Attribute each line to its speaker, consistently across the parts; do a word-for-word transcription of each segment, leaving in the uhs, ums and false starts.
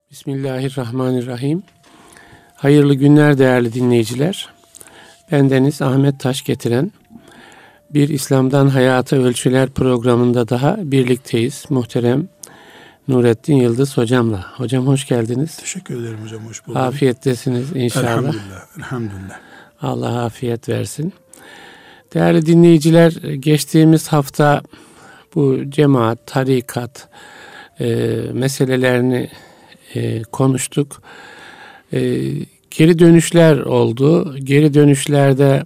Speaker 1: Bismillahirrahmanirrahim. Hayırlı günler değerli dinleyiciler. Bendeniz Ahmet Taş getiren bir İslam'dan Hayata Ölçüler programında daha birlikteyiz. Muhterem Nurettin Yıldız hocamla. Hocam hoş geldiniz.
Speaker 2: Teşekkür ederim hocam, hoş bulduk.
Speaker 1: Afiyettesiniz inşallah.
Speaker 2: Elhamdülillah, elhamdülillah.
Speaker 1: Allah afiyet versin. Değerli dinleyiciler, geçtiğimiz hafta bu cemaat, tarikat e, meselelerini e, konuştuk. E, geri dönüşler oldu. Geri dönüşlerde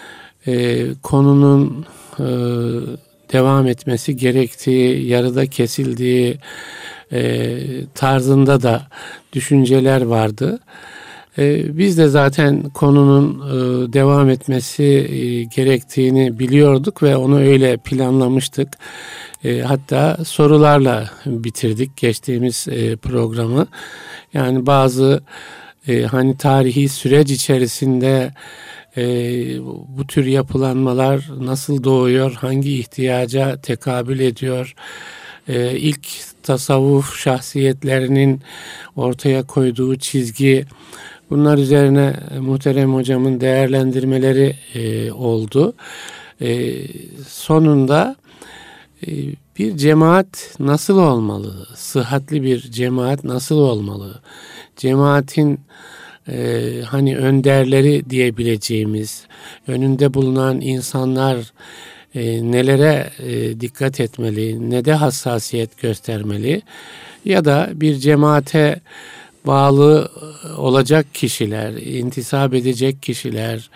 Speaker 1: e, konunun e, devam etmesi gerektiği, yarıda kesildiği e, tarzında da düşünceler vardı. E, biz de zaten konunun e, devam etmesi e, gerektiğini biliyorduk ve onu öyle planlamıştık. E, hatta sorularla bitirdik geçtiğimiz e, programı. Yani bazı e, hani tarihi süreç içerisinde e, bu tür yapılanmalar nasıl doğuyor, hangi ihtiyaca tekabül ediyor, e, ilk tasavvuf şahsiyetlerinin ortaya koyduğu çizgi, bunlar üzerine muhterem hocamın değerlendirmeleri e, oldu. E, sonunda e, bir cemaat nasıl olmalı? Sıhhatli bir cemaat nasıl olmalı? Cemaatin e, hani önderleri diyebileceğimiz, önünde bulunan insanlar e, nelere e, dikkat etmeli, ne de hassasiyet göstermeli? Ya da bir cemaate bağlı olacak kişiler, intisap edecek kişiler,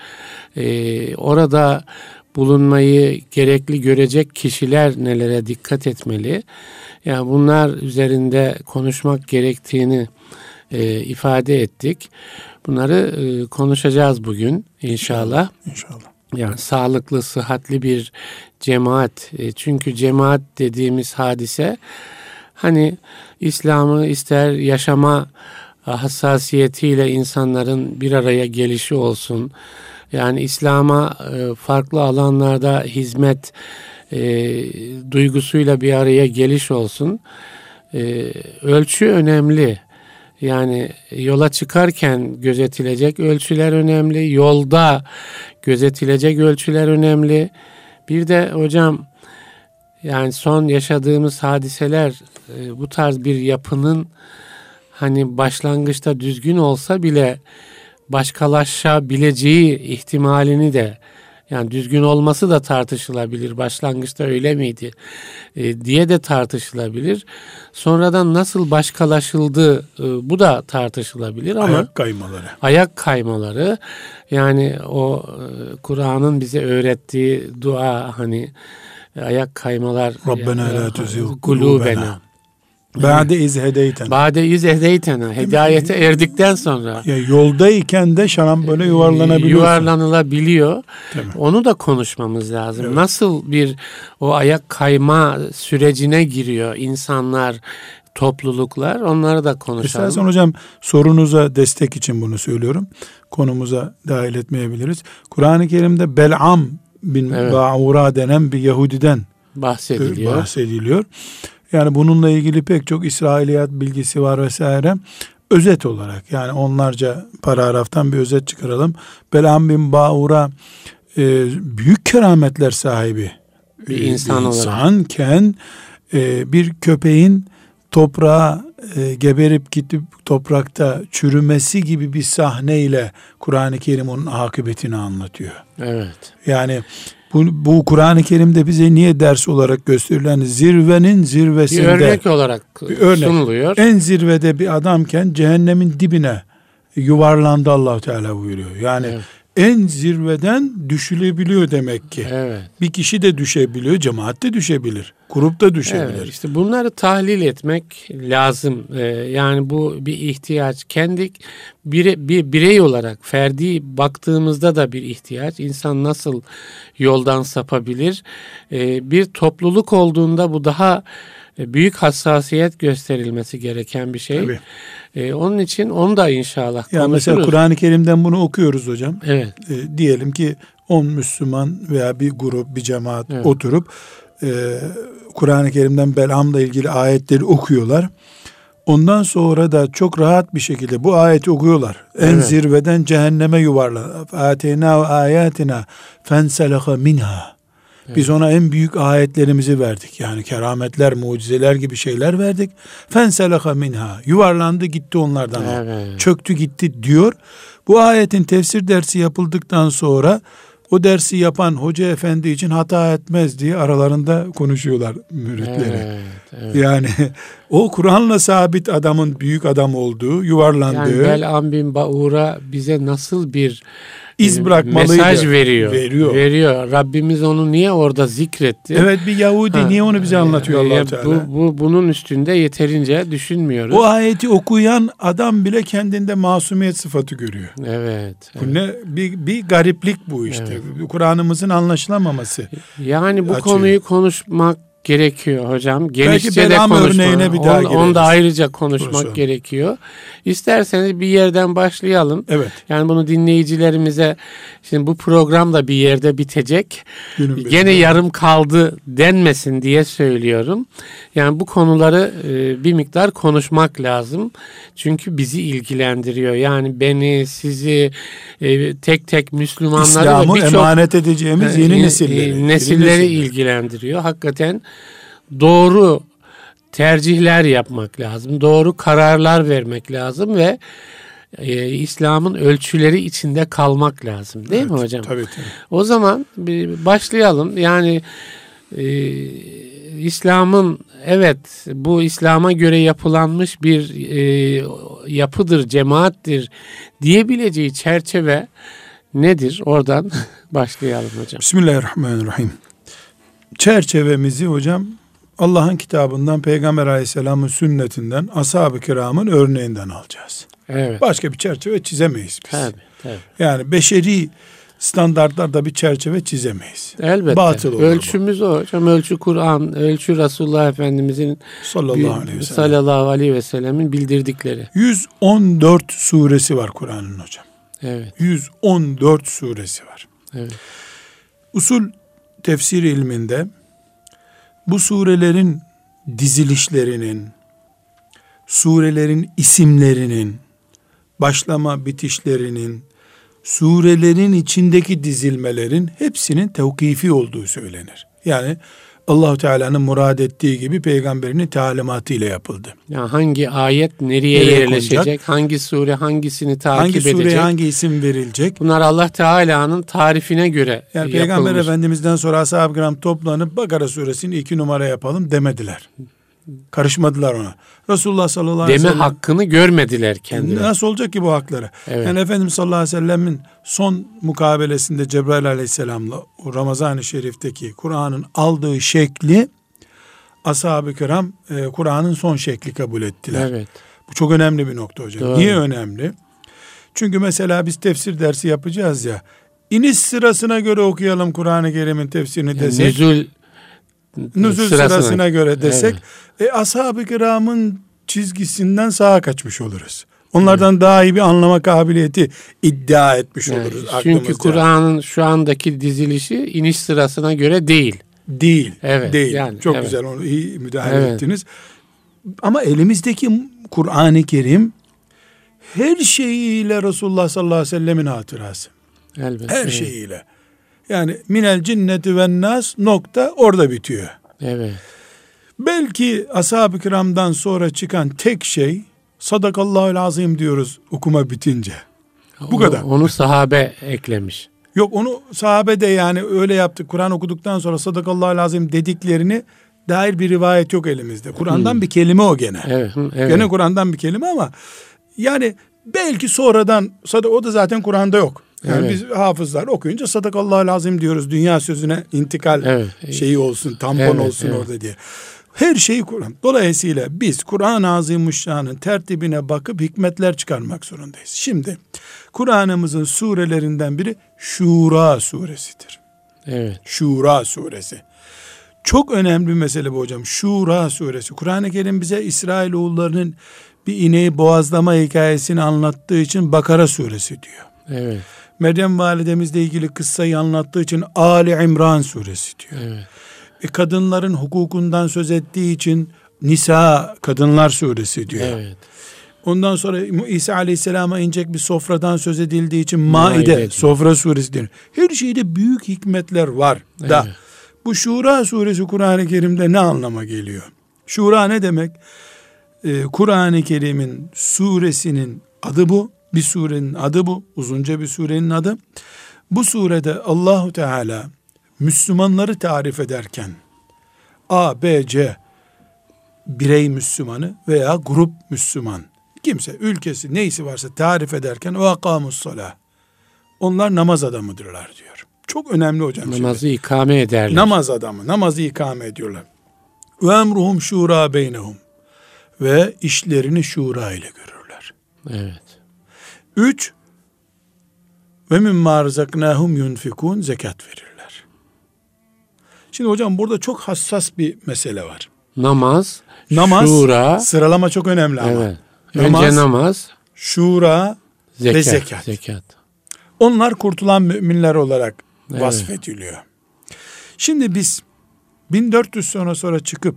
Speaker 1: e, orada bulunmayı gerekli görecek kişiler nelere dikkat etmeli? Yani bunlar üzerinde konuşmak gerektiğini e, ifade ettik. Bunları e, konuşacağız bugün inşallah.
Speaker 2: İnşallah.
Speaker 1: Yani sağlıklı, sıhhatli bir cemaat. E, çünkü cemaat dediğimiz hadise hani İslam'ı ister yaşama hassasiyetiyle insanların bir araya gelişi olsun. Yani İslam'a farklı alanlarda hizmet e, duygusuyla bir araya geliş olsun. E, ölçü önemli. Yani yola çıkarken gözetilecek ölçüler önemli. Yolda gözetilecek ölçüler önemli. Bir de hocam yani son yaşadığımız hadiseler e, bu tarz bir yapının hani başlangıçta düzgün olsa bile başkalaşabileceği ihtimalini de, yani düzgün olması da tartışılabilir. Başlangıçta öyle miydi e, diye de tartışılabilir. Sonradan nasıl başkalaşıldı e, bu da tartışılabilir ama
Speaker 2: ayak kaymaları. Ayak
Speaker 1: kaymaları yani o e, Kur'an'ın bize öğrettiği dua, hani ayak kaymalar.
Speaker 2: Rabbena la tuzigh
Speaker 1: kulubena.
Speaker 2: Ba'de iz hedeytena.
Speaker 1: Ba'de iz hedeytena. Hidayete erdikten sonra.
Speaker 2: Ya yoldayken de şaran böyle yuvarlanabiliyor.
Speaker 1: Yuvarlanılabiliyor. Onu da konuşmamız lazım. Evet. Nasıl bir o ayak kayma sürecine giriyor insanlar, topluluklar, onları da konuşalım.
Speaker 2: İstersen hocam sorunuza destek için bunu söylüyorum. Konumuza dahil etmeyebiliriz. Kur'an-ı Kerim'de Bel'am bin evet. Ba'ura denen bir Yahudiden
Speaker 1: bahsediliyor.
Speaker 2: bahsediliyor. Yani bununla ilgili pek çok İsrailiyat bilgisi var vesaire. Özet olarak, yani onlarca paragraftan bir özet çıkaralım. Bel'am bin Ba'ura e, büyük kerametler sahibi
Speaker 1: bir insan,
Speaker 2: bir insanken e, bir köpeğin toprağa e, geberip gidip toprakta çürümesi gibi bir sahneyle Kur'an-ı Kerim onun akıbetini anlatıyor.
Speaker 1: Evet.
Speaker 2: Yani Bu, bu Kur'an-ı Kerim'de bize niye ders olarak gösterilen, zirvenin zirvesinde
Speaker 1: bir örnek olarak
Speaker 2: bir örnek,
Speaker 1: sunuluyor.
Speaker 2: En zirvede bir adamken cehennemin dibine yuvarlandı Allah Teala buyuruyor. Yani evet. En zirveden düşülebiliyor demek ki.
Speaker 1: Evet.
Speaker 2: Bir kişi de düşebiliyor, cemaat de düşebilir, grup da düşebilir.
Speaker 1: Evet, işte bunları tahlil etmek lazım. Ee, yani bu bir ihtiyaç. Kendi bire, bir birey olarak ferdi baktığımızda da bir ihtiyaç. İnsan nasıl yoldan sapabilir? Ee, bir topluluk olduğunda bu daha büyük hassasiyet gösterilmesi gereken bir şey.
Speaker 2: Tabii.
Speaker 1: Ee, onun için onu da inşallah
Speaker 2: ya
Speaker 1: konuşuruz.
Speaker 2: Mesela Kur'an-ı Kerim'den bunu okuyoruz hocam.
Speaker 1: Evet.
Speaker 2: E, diyelim ki on Müslüman veya bir grup, bir cemaat evet. oturup e, Kur'an-ı Kerim'den Bel'am'la ilgili ayetleri okuyorlar. Ondan sonra da çok rahat bir şekilde bu ayeti okuyorlar. En
Speaker 1: Evet.
Speaker 2: zirveden cehenneme yuvarlar. Ateyna ayatina fenselaha minha. Biz ona en büyük ayetlerimizi verdik. Yani kerametler, mucizeler gibi şeyler verdik. Fenselaha minha. Yuvarlandı gitti onlardan.
Speaker 1: Evet.
Speaker 2: Çöktü gitti diyor. Bu ayetin tefsir dersi yapıldıktan sonra o dersi yapan hoca efendi için hata etmez diye aralarında konuşuyorlar müritleri.
Speaker 1: Evet, evet.
Speaker 2: Yani o Kur'an'la sabit adamın büyük adam olduğu, yuvarlandığı,
Speaker 1: Yani Bel'am bin Ba'ura bize nasıl bir
Speaker 2: iz
Speaker 1: e,
Speaker 2: bırakmalıydı.
Speaker 1: mesaj veriyor.
Speaker 2: Veriyor.
Speaker 1: Veriyor. Rabbimiz onu niye orada zikretti?
Speaker 2: Evet, bir Yahudi
Speaker 1: Ha,
Speaker 2: niye onu bize anlatıyor
Speaker 1: e,
Speaker 2: Allah-u Teala?
Speaker 1: Bu, bu, bunun üstünde yeterince düşünmüyoruz.
Speaker 2: O ayeti okuyan adam bile kendinde masumiyet sıfatı görüyor.
Speaker 1: Evet.
Speaker 2: Bu
Speaker 1: evet.
Speaker 2: ne bir, bir gariplik bu işte. Kur'an'ımızın anlaşılamaması.
Speaker 1: Yani bu
Speaker 2: açıyor.
Speaker 1: konuyu konuşmak gerekiyor hocam. Genişçe de
Speaker 2: Belki Belam örneğine
Speaker 1: konuşmak.
Speaker 2: bir daha
Speaker 1: On, onu da
Speaker 2: gireriz.
Speaker 1: ayrıca konuşmak
Speaker 2: Konuşalım.
Speaker 1: gerekiyor. İsterseniz bir yerden başlayalım.
Speaker 2: Evet.
Speaker 1: Yani bunu dinleyicilerimize, şimdi bu program da bir yerde bitecek.
Speaker 2: Günün
Speaker 1: Gene
Speaker 2: birinde.
Speaker 1: yarım kaldı denmesin diye söylüyorum. Yani bu konuları e, bir miktar konuşmak lazım. Çünkü bizi ilgilendiriyor. Yani beni, sizi, e, tek tek Müslümanları ve
Speaker 2: İslam'ı
Speaker 1: birçok
Speaker 2: emanet edeceğimiz yeni
Speaker 1: e,
Speaker 2: nesilleri.
Speaker 1: e,
Speaker 2: yeni
Speaker 1: nesilleri
Speaker 2: nesilleri.
Speaker 1: ilgilendiriyor. Hakikaten doğru tercihler yapmak lazım. Doğru kararlar vermek lazım ve e, İslam'ın ölçüleri içinde kalmak lazım. Değil
Speaker 2: Evet,
Speaker 1: mi hocam?
Speaker 2: Tabii tabii.
Speaker 1: O zaman bir başlayalım. Yani e, İslam'ın, evet, bu İslam'a göre yapılanmış bir e, yapıdır, cemaattir diyebileceği çerçeve nedir? Oradan başlayalım hocam.
Speaker 2: Bismillahirrahmanirrahim. Çerçevemizi hocam Allah'ın kitabından, Peygamber Aleyhisselam'ın sünnetinden, ashab-ı kiramın örneğinden alacağız.
Speaker 1: Evet.
Speaker 2: Başka bir çerçeve çizemeyiz biz.
Speaker 1: Tabii, tabii.
Speaker 2: Yani beşeri standartlarda bir çerçeve çizemeyiz.
Speaker 1: Elbette.
Speaker 2: Batıl olur
Speaker 1: Ölçümüz o hocam. Ölçü Kur'an, ölçü Resulullah Efendimizin
Speaker 2: Sallallahu aleyhi ve sellem.
Speaker 1: sallallahu aleyhi ve sellemin bildirdikleri.
Speaker 2: yüz on dört suresi var Kur'an'ın hocam.
Speaker 1: Evet.
Speaker 2: yüz on dört suresi var.
Speaker 1: Evet.
Speaker 2: Usul tefsir ilminde bu surelerin dizilişlerinin, surelerin isimlerinin, başlama bitişlerinin, surelerin içindeki dizilmelerin hepsinin tevkifi olduğu söylenir. Yani Allah-u Teala'nın murad ettiği gibi peygamberinin talimatı ile yapıldı.
Speaker 1: Yani hangi ayet nereye,
Speaker 2: Nereye
Speaker 1: yerleşecek,
Speaker 2: konacak?
Speaker 1: hangi sure hangisini takip
Speaker 2: Hangi sureye
Speaker 1: edecek?
Speaker 2: hangi isim verilecek?
Speaker 1: Bunlar Allah Teala'nın tarifine göre
Speaker 2: Yani
Speaker 1: yapılmış.
Speaker 2: Peygamber Efendimiz'den sonra ashab-ı kiram toplanıp Bakara suresini iki numara yapalım demediler. Karışmadılar ona. Resulullah sallallahu aleyhi ve
Speaker 1: Deme
Speaker 2: sellem
Speaker 1: hakkını görmediler kendileri.
Speaker 2: nasıl olacak ki bu hakları?
Speaker 1: Evet.
Speaker 2: Yani Efendimiz sallallahu aleyhi ve sellemin son mukabelesinde Cebrail aleyhisselamla o Ramazan-ı Şerif'teki Kur'an'ın aldığı şekli ashab-ı kiram e, Kur'an'ın son şekli kabul ettiler.
Speaker 1: Evet.
Speaker 2: Bu çok önemli bir nokta hocam.
Speaker 1: Doğru.
Speaker 2: Niye önemli? Çünkü mesela biz tefsir dersi yapacağız ya. İniş sırasına göre okuyalım Kur'an-ı Kerim'in tefsirini
Speaker 1: Yani
Speaker 2: desek.
Speaker 1: nüzul
Speaker 2: Nüzul sırasına,
Speaker 1: sırasına
Speaker 2: göre desek.
Speaker 1: Evet.
Speaker 2: E, ashab-ı kiramın çizgisinden sağa kaçmış oluruz. Onlardan daha iyi bir anlama kabiliyeti iddia etmiş
Speaker 1: Yani
Speaker 2: oluruz
Speaker 1: çünkü
Speaker 2: aklımızca.
Speaker 1: Kur'an'ın şu andaki dizilişi iniş sırasına göre değil.
Speaker 2: Değil.
Speaker 1: Evet,
Speaker 2: Değil.
Speaker 1: yani,
Speaker 2: Çok
Speaker 1: evet.
Speaker 2: güzel, onu iyi müdahale
Speaker 1: Evet.
Speaker 2: ettiniz. Ama elimizdeki Kur'an-ı Kerim her şeyiyle Resulullah sallallahu aleyhi ve sellemin hatırası.
Speaker 1: Elbette.
Speaker 2: Her
Speaker 1: evet.
Speaker 2: şeyiyle. Yani minel cinneti ven nas nokta orada bitiyor.
Speaker 1: Evet.
Speaker 2: Belki ashab-ı kiramdan sonra çıkan tek şey sadakallahul azim diyoruz okuma bitince. Bu
Speaker 1: O-
Speaker 2: kadar.
Speaker 1: Onu sahabe eklemiş.
Speaker 2: Yok, onu sahabe de yani öyle yaptı. Kur'an okuduktan sonra sadakallahul azim dediklerini dair bir rivayet yok elimizde. Kur'an'dan
Speaker 1: Hmm.
Speaker 2: bir kelime o gene.
Speaker 1: Evet. hı, evet.
Speaker 2: Gene Kur'an'dan bir kelime ama yani belki sonradan o da zaten Kur'an'da yok. Yani
Speaker 1: Evet.
Speaker 2: biz hafızlar okuyunca sadakallahul azim diyoruz. Dünya sözüne intikal
Speaker 1: Evet.
Speaker 2: şeyi olsun, tampon
Speaker 1: Evet,
Speaker 2: olsun
Speaker 1: evet.
Speaker 2: orada diye. Her şey Kur'an. Dolayısıyla biz Kur'an-ı Azimuşşan'ın tertibine bakıp hikmetler çıkarmak zorundayız. Şimdi Kur'an'ımızın surelerinden biri Şura suresidir.
Speaker 1: Evet.
Speaker 2: Şura suresi. Çok önemli bir mesele bu hocam. Şura suresi. Kur'an-ı Kerim bize İsrailoğullarının bir ineği boğazlama hikayesini anlattığı için Bakara suresi diyor.
Speaker 1: Evet.
Speaker 2: Meryem validemizle ilgili kıssayı anlattığı için Ali İmran suresi diyor.
Speaker 1: Evet.
Speaker 2: E, kadınların hukukundan söz ettiği için Nisa, Kadınlar Suresi diyor.
Speaker 1: Evet.
Speaker 2: Ondan sonra İsa Aleyhisselam'a inecek bir sofradan söz edildiği için Maide,
Speaker 1: Maide
Speaker 2: sofra suresi diyor. Her şeyde büyük hikmetler var da
Speaker 1: Evet.
Speaker 2: bu Şura suresi Kur'an-ı Kerim'de ne anlama geliyor? Şura ne demek? Ee, Kur'an-ı Kerim'in suresinin adı bu. Bir surenin adı bu. Uzunca bir surenin adı. Bu surede Allahu Teala Müslümanları tarif ederken A, B, C birey Müslümanı veya grup Müslüman kimse, ülkesi neysi varsa tarif ederken o akamus salah, onlar namaz adamıdırlar diyor. Çok önemli hocam.
Speaker 1: Namazı
Speaker 2: şimdi.
Speaker 1: ikame ederler.
Speaker 2: Namaz adamı, namazı ikame ediyorlar. Ve emruhum şura beynehum, ve işlerini şura ile görürler.
Speaker 1: Evet.
Speaker 2: Üç, ve mimma rızaknahum yunfikun, zekat verirler. Şimdi hocam burada çok hassas bir mesele var.
Speaker 1: Namaz,
Speaker 2: Namaz,
Speaker 1: şura,
Speaker 2: sıralama çok önemli ama.
Speaker 1: evet.
Speaker 2: Namaz,
Speaker 1: Önce namaz,
Speaker 2: şura
Speaker 1: zekat,
Speaker 2: ve zekat.
Speaker 1: zekat.
Speaker 2: Onlar kurtulan müminler olarak
Speaker 1: Evet.
Speaker 2: vasfediliyor. Şimdi biz bin dört yüz sene sonra çıkıp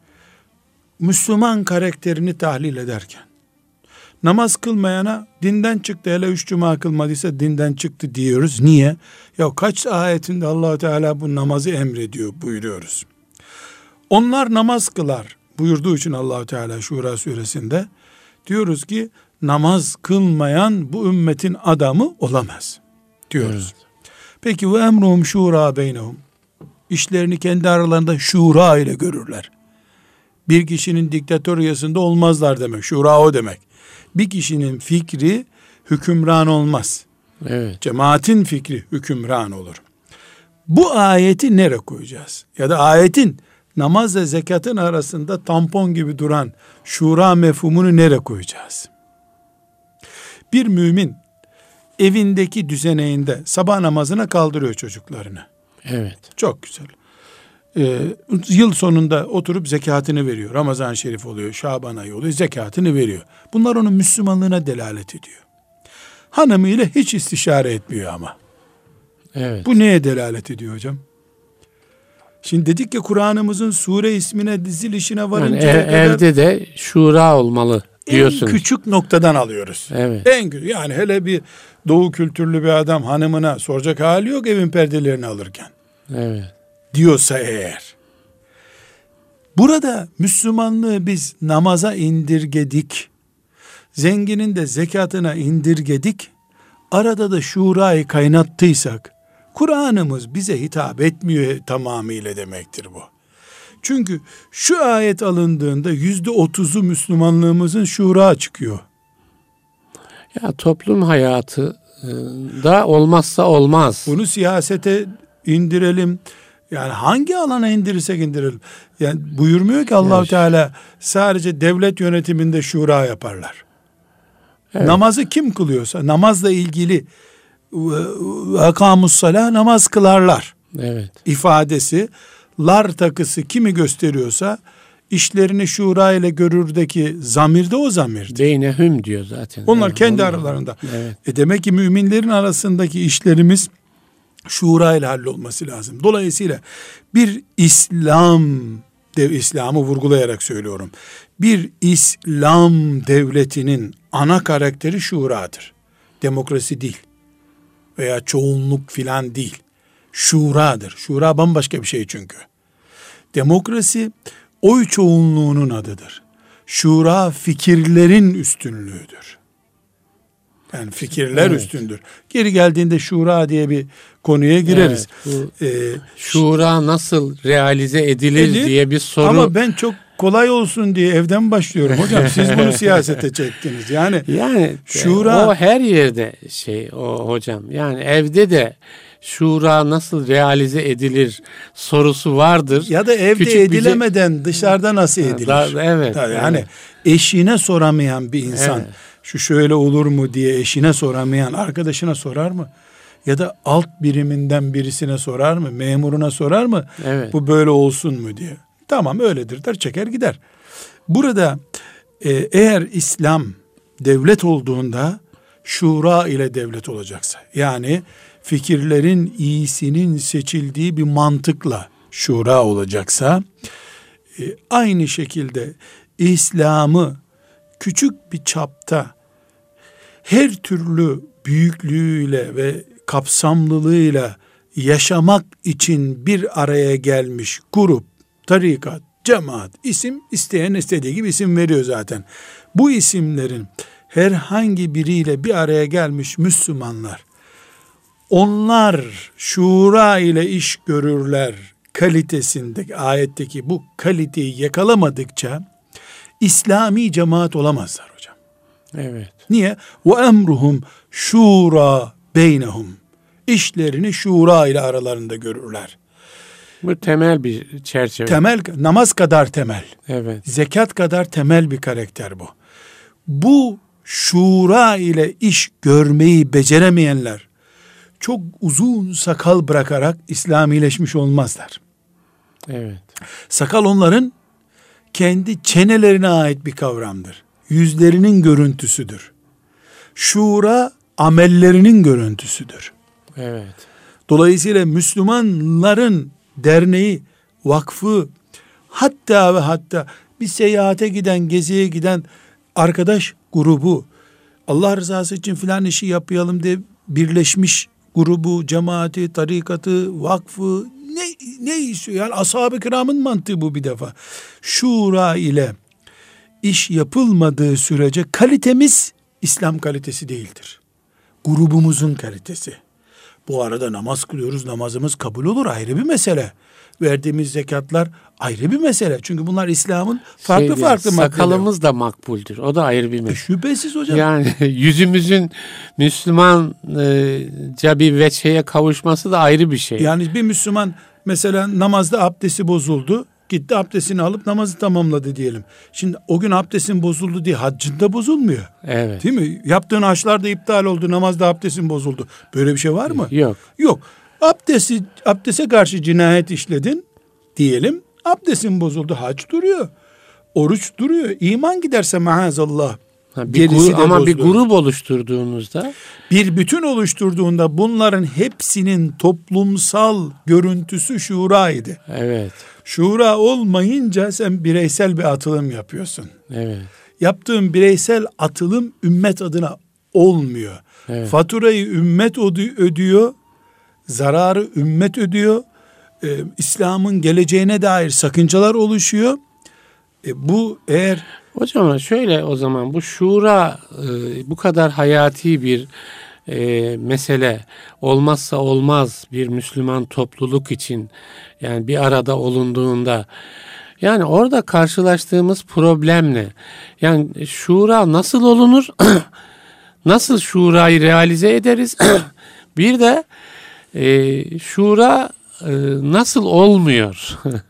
Speaker 2: Müslüman karakterini tahlil ederken namaz kılmayana dinden çıktı, hele üç cuma kılmadıysa dinden çıktı diyoruz. Niye? Ya kaç ayetinde Allah Teala bu namazı emrediyor buyuruyoruz. Onlar namaz kılar buyurduğu için Allah Teala Şura suresinde diyoruz ki namaz kılmayan bu ümmetin adamı olamaz diyoruz.
Speaker 1: Evet.
Speaker 2: Peki ve emruhum şura beynehum, işlerini kendi aralarında şura ile görürler. Bir kişinin diktatöryasında olmazlar demek. Şura o demek. Bir kişinin fikri hükümran olmaz.
Speaker 1: Evet.
Speaker 2: Cemaatin fikri hükümran olur. Bu ayeti nereye koyacağız? Ya da ayetin namazla zekatın arasında tampon gibi duran şura mefhumunu nereye koyacağız? Bir mümin evindeki düzeneğinde sabah namazına kaldırıyor çocuklarını.
Speaker 1: Evet.
Speaker 2: Çok güzel. Ee, yıl sonunda oturup zekatını veriyor. Ramazan-ı Şerif oluyor, Şaban ayı oluyor, zekatını veriyor. Bunlar onun Müslümanlığına delalet ediyor. Hanımıyla hiç istişare etmiyor ama.
Speaker 1: Evet.
Speaker 2: Bu neye delalet ediyor hocam? Şimdi dedik ki Kur'an'ımızın sure ismine, dizilişine
Speaker 1: Yani
Speaker 2: varıncaya
Speaker 1: ev-
Speaker 2: kadar
Speaker 1: evde de şura olmalı diyorsunuz.
Speaker 2: en küçük noktadan alıyoruz.
Speaker 1: Evet.
Speaker 2: En küçük. Yani hele bir doğu kültürlü bir adam hanımına soracak hali yok evin perdelerini alırken.
Speaker 1: Evet.
Speaker 2: Diyorsa eğer. Burada Müslümanlığı biz namaza indirgedik. Zenginin de zekatına indirgedik. Arada da şurayı kaynattıysak Kur'an'ımız bize hitap etmiyor tamamıyla demektir bu. Çünkü şu ayet alındığında yüzde otuzu Müslümanlığımızın şura çıkıyor.
Speaker 1: Ya toplum hayatı e, da olmazsa olmaz.
Speaker 2: Bunu siyasete indirelim. Yani hangi alana indirirsek indirelim. Yani buyurmuyor ki Allah-u
Speaker 1: Evet.
Speaker 2: Teala sadece devlet yönetiminde şura yaparlar.
Speaker 1: Evet.
Speaker 2: Namazı kim kılıyorsa namazla ilgili akamus salah, namaz kılarlar
Speaker 1: Evet.
Speaker 2: ifadesi, lar takısı kimi gösteriyorsa işlerini şura ile görürdeki zamirde o zamirdir.
Speaker 1: Beynehüm diyor zaten.
Speaker 2: Onlar
Speaker 1: Evet,
Speaker 2: kendi
Speaker 1: onlar-
Speaker 2: aralarında.
Speaker 1: Evet.
Speaker 2: E demek ki müminlerin arasındaki işlerimiz şura ile hallolması lazım. Dolayısıyla bir İslam, dev İslam'ı vurgulayarak söylüyorum. Bir İslam devletinin ana karakteri şuradır. Demokrasi değil. Veya çoğunluk filan değil. Şuradır. Şura bambaşka bir şey çünkü. Demokrasi oy çoğunluğunun adıdır. Şura fikirlerin üstünlüğüdür. Yani fikirler
Speaker 1: Evet.
Speaker 2: üstündür. Geri geldiğinde şura diye bir konuya gireriz.
Speaker 1: Evet, bu
Speaker 2: Ee,
Speaker 1: şura nasıl realize edilir
Speaker 2: Edilir.
Speaker 1: diye bir soru.
Speaker 2: Ama ben çok kolay olsun diye evden başlıyorum hocam. Siz bunu siyasete çektiniz. Yani
Speaker 1: yani
Speaker 2: şura-
Speaker 1: o her yerde şey o hocam. Yani evde de şura nasıl realize edilir sorusu vardır.
Speaker 2: ya da evde
Speaker 1: Küçük bir
Speaker 2: edilemeden dışarıda nasıl edilir?
Speaker 1: Da- evet,
Speaker 2: Yani
Speaker 1: evet.
Speaker 2: eşine soramayan bir insan,
Speaker 1: Evet.
Speaker 2: şu şöyle olur mu diye eşine soramayan arkadaşına sorar mı? Ya da alt biriminden birisine sorar mı? Memuruna sorar mı?
Speaker 1: Evet.
Speaker 2: Bu böyle olsun mu diye. Tamam öyledir der, çeker gider. Burada e, eğer İslam devlet olduğunda şura ile devlet olacaksa, yani fikirlerin iyisinin seçildiği bir mantıkla şura olacaksa, e, aynı şekilde İslam'ı küçük bir çapta her türlü büyüklüğüyle ve kapsamlılığıyla yaşamak için bir araya gelmiş grup, tarikat, cemaat, isim isteyen istediği gibi isim veriyor zaten. Bu isimlerin herhangi biriyle bir araya gelmiş Müslümanlar, onlar şura ile iş görürler kalitesindeki ayetteki bu kaliteyi yakalamadıkça İslami cemaat olamazlar hocam.
Speaker 1: Evet.
Speaker 2: Niye? Ve emruhum şura beynehum. İşlerini şura ile aralarında görürler.
Speaker 1: Bu temel bir çerçeve.
Speaker 2: Temel, namaz kadar temel.
Speaker 1: Evet.
Speaker 2: Zekat kadar temel bir karakter bu. Bu şura ile iş görmeyi beceremeyenler çok uzun sakal bırakarak İslamileşmiş olmazlar.
Speaker 1: Evet.
Speaker 2: Sakal onların kendi çenelerine ait bir kavramdır. Yüzlerinin görüntüsüdür. Şura amellerinin görüntüsüdür.
Speaker 1: Evet.
Speaker 2: Dolayısıyla Müslümanların derneği, vakfı, hatta ve hatta bir seyahate giden, geziye giden arkadaş grubu, Allah rızası için filan işi yapayalım diye birleşmiş grubu, cemaati, tarikatı, vakfı, ne, ne istiyor? Yani ashab-ı kiramın mantığı bu bir defa. Şura ile iş yapılmadığı sürece kalitemiz İslam kalitesi değildir. Grubumuzun kalitesi. Bu arada namaz kılıyoruz, namazımız kabul olur, ayrı bir mesele. Verdiğimiz zekatlar ayrı bir mesele. Çünkü bunlar İslam'ın farklı
Speaker 1: şey,
Speaker 2: farklı maddeleri.
Speaker 1: Sakalımız da makbuldür. O da ayrı bir mesele.
Speaker 2: E, şüphesiz hocam.
Speaker 1: Yani yüzümüzün Müslümanca bir veçheye kavuşması da ayrı bir şey.
Speaker 2: Yani bir Müslüman mesela namazda abdesti bozuldu. Gitti abdestini alıp namazı tamamladı diyelim. Şimdi o gün abdestin bozuldu diye haccında bozulmuyor.
Speaker 1: Evet.
Speaker 2: Değil mi? Yaptığın haçlar da iptal oldu, namazda abdestin bozuldu. Böyle bir şey var mı?
Speaker 1: Yok.
Speaker 2: Yok. Abdesti, abdeste karşı cinayet işledin diyelim. Abdestin bozuldu. Hac duruyor. Oruç duruyor. İman giderse maazallah.
Speaker 1: Ha, bir grup, ama bozulur. Bir grup oluşturduğunuzda,
Speaker 2: bir bütün oluşturduğunda bunların hepsinin toplumsal görüntüsü şuraydı.
Speaker 1: Evet.
Speaker 2: Şura olmayınca sen bireysel bir atılım yapıyorsun.
Speaker 1: Evet.
Speaker 2: Yaptığın bireysel atılım ümmet adına olmuyor.
Speaker 1: Evet.
Speaker 2: Faturayı ümmet ödüyor, zararı ümmet ödüyor. Ee, İslam'ın geleceğine dair sakıncalar oluşuyor. E, bu eğer
Speaker 1: hocam şöyle, o zaman bu şura e, bu kadar hayati bir e, mesele, olmazsa olmaz bir Müslüman topluluk için, yani bir arada olunduğunda, yani orada karşılaştığımız problem ne? Yani şura nasıl olunur? Nasıl şurayı realize ederiz? Bir de e, şura e, nasıl olmuyor?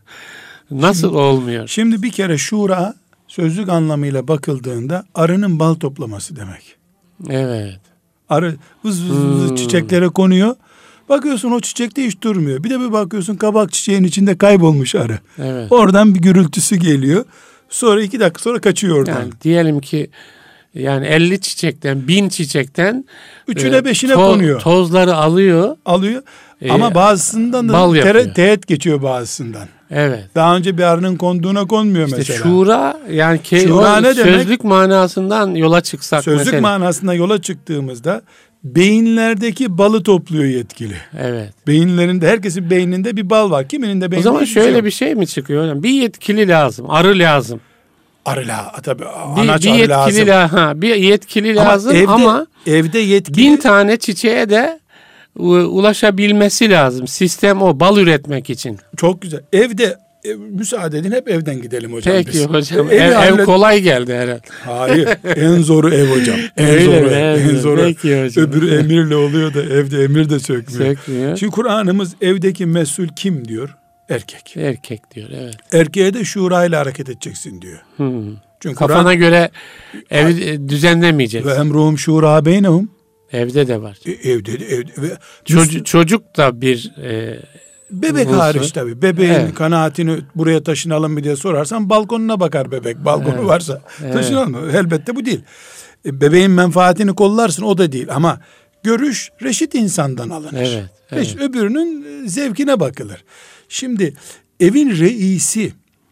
Speaker 1: Nasıl şimdi, olmuyor?
Speaker 2: Şimdi bir kere şura sözlük anlamıyla bakıldığında arının bal toplaması demek.
Speaker 1: Evet.
Speaker 2: Arı vız vız vız hmm. çiçeklere konuyor. Bakıyorsun o çiçekte hiç durmuyor. Bir de bir bakıyorsun kabak çiçeğin içinde kaybolmuş arı.
Speaker 1: Evet.
Speaker 2: Oradan bir gürültüsü geliyor. Sonra iki dakika sonra kaçıyor oradan.
Speaker 1: Yani diyelim ki yani elli çiçekten, bin çiçekten
Speaker 2: üçüne
Speaker 1: e,
Speaker 2: beşine
Speaker 1: to-
Speaker 2: konuyor.
Speaker 1: Tozları alıyor.
Speaker 2: Alıyor.
Speaker 1: E,
Speaker 2: Ama bazısından da tere, teğet geçiyor bazısından.
Speaker 1: Evet.
Speaker 2: Daha önce bir arının konduğuna konmuyor
Speaker 1: işte
Speaker 2: mesela.
Speaker 1: Şura yani ke-
Speaker 2: şura ne
Speaker 1: sözlük
Speaker 2: demek?
Speaker 1: manasından yola çıksak
Speaker 2: sözlük
Speaker 1: mesela.
Speaker 2: manasında yola çıktığımızda beyinlerdeki balı topluyor yetkili.
Speaker 1: Evet.
Speaker 2: Beyinlerinde, herkesin beyninde bir bal var. Kiminin de beyninde.
Speaker 1: O zaman şöyle
Speaker 2: şey
Speaker 1: bir şey mi çıkıyor hocam? Bir yetkili lazım. Arı lazım.
Speaker 2: Arı la, tabii
Speaker 1: bir,
Speaker 2: anaç
Speaker 1: bir
Speaker 2: arı
Speaker 1: yetkili
Speaker 2: lazım.
Speaker 1: La, ha, bir yetkili
Speaker 2: ama
Speaker 1: lazım
Speaker 2: evde,
Speaker 1: ama
Speaker 2: evde yetkili
Speaker 1: bin tane çiçeğe de ulaşabilmesi lazım. Sistem o, bal üretmek için.
Speaker 2: Çok güzel. Evde e, müsaade edin, hep evden gidelim hocam.
Speaker 1: Peki
Speaker 2: biz.
Speaker 1: hocam.
Speaker 2: E,
Speaker 1: ev,
Speaker 2: hallet...
Speaker 1: ev kolay geldi herhalde.
Speaker 2: Hayır. En zoru ev hocam. En
Speaker 1: Öyle
Speaker 2: zoru
Speaker 1: mi?
Speaker 2: ev. En zoru.
Speaker 1: Peki hocam.
Speaker 2: Öbürü emirle oluyor da evde emir de sökmüyor.
Speaker 1: Sökmüyor.
Speaker 2: Şimdi Kur'an'ımız evdeki mesul kim diyor? Erkek.
Speaker 1: Erkek diyor, evet.
Speaker 2: Erkeğe de şurayla hareket edeceksin diyor.
Speaker 1: Hmm.
Speaker 2: Çünkü
Speaker 1: kafana
Speaker 2: Kur'an,
Speaker 1: göre ev düzenlemeyeceksin.
Speaker 2: ve emruhum şura beynehum.
Speaker 1: Evde de var.
Speaker 2: E, evde de evde. Ve
Speaker 1: Çocuk, çocuk da bir e,
Speaker 2: bebek
Speaker 1: husu.
Speaker 2: hariç tabii. Bebeğin
Speaker 1: evet.
Speaker 2: kanaatini buraya taşınalım mı diye sorarsan balkonuna bakar bebek. Balkonu
Speaker 1: evet.
Speaker 2: varsa
Speaker 1: evet.
Speaker 2: taşınalım mı? Elbette bu değil. E, bebeğin menfaatini kollarsın, o da değil. Ama görüş reşit insandan alınır.
Speaker 1: Evet, evet.
Speaker 2: Reşit, öbürünün zevkine bakılır. Şimdi evin reisi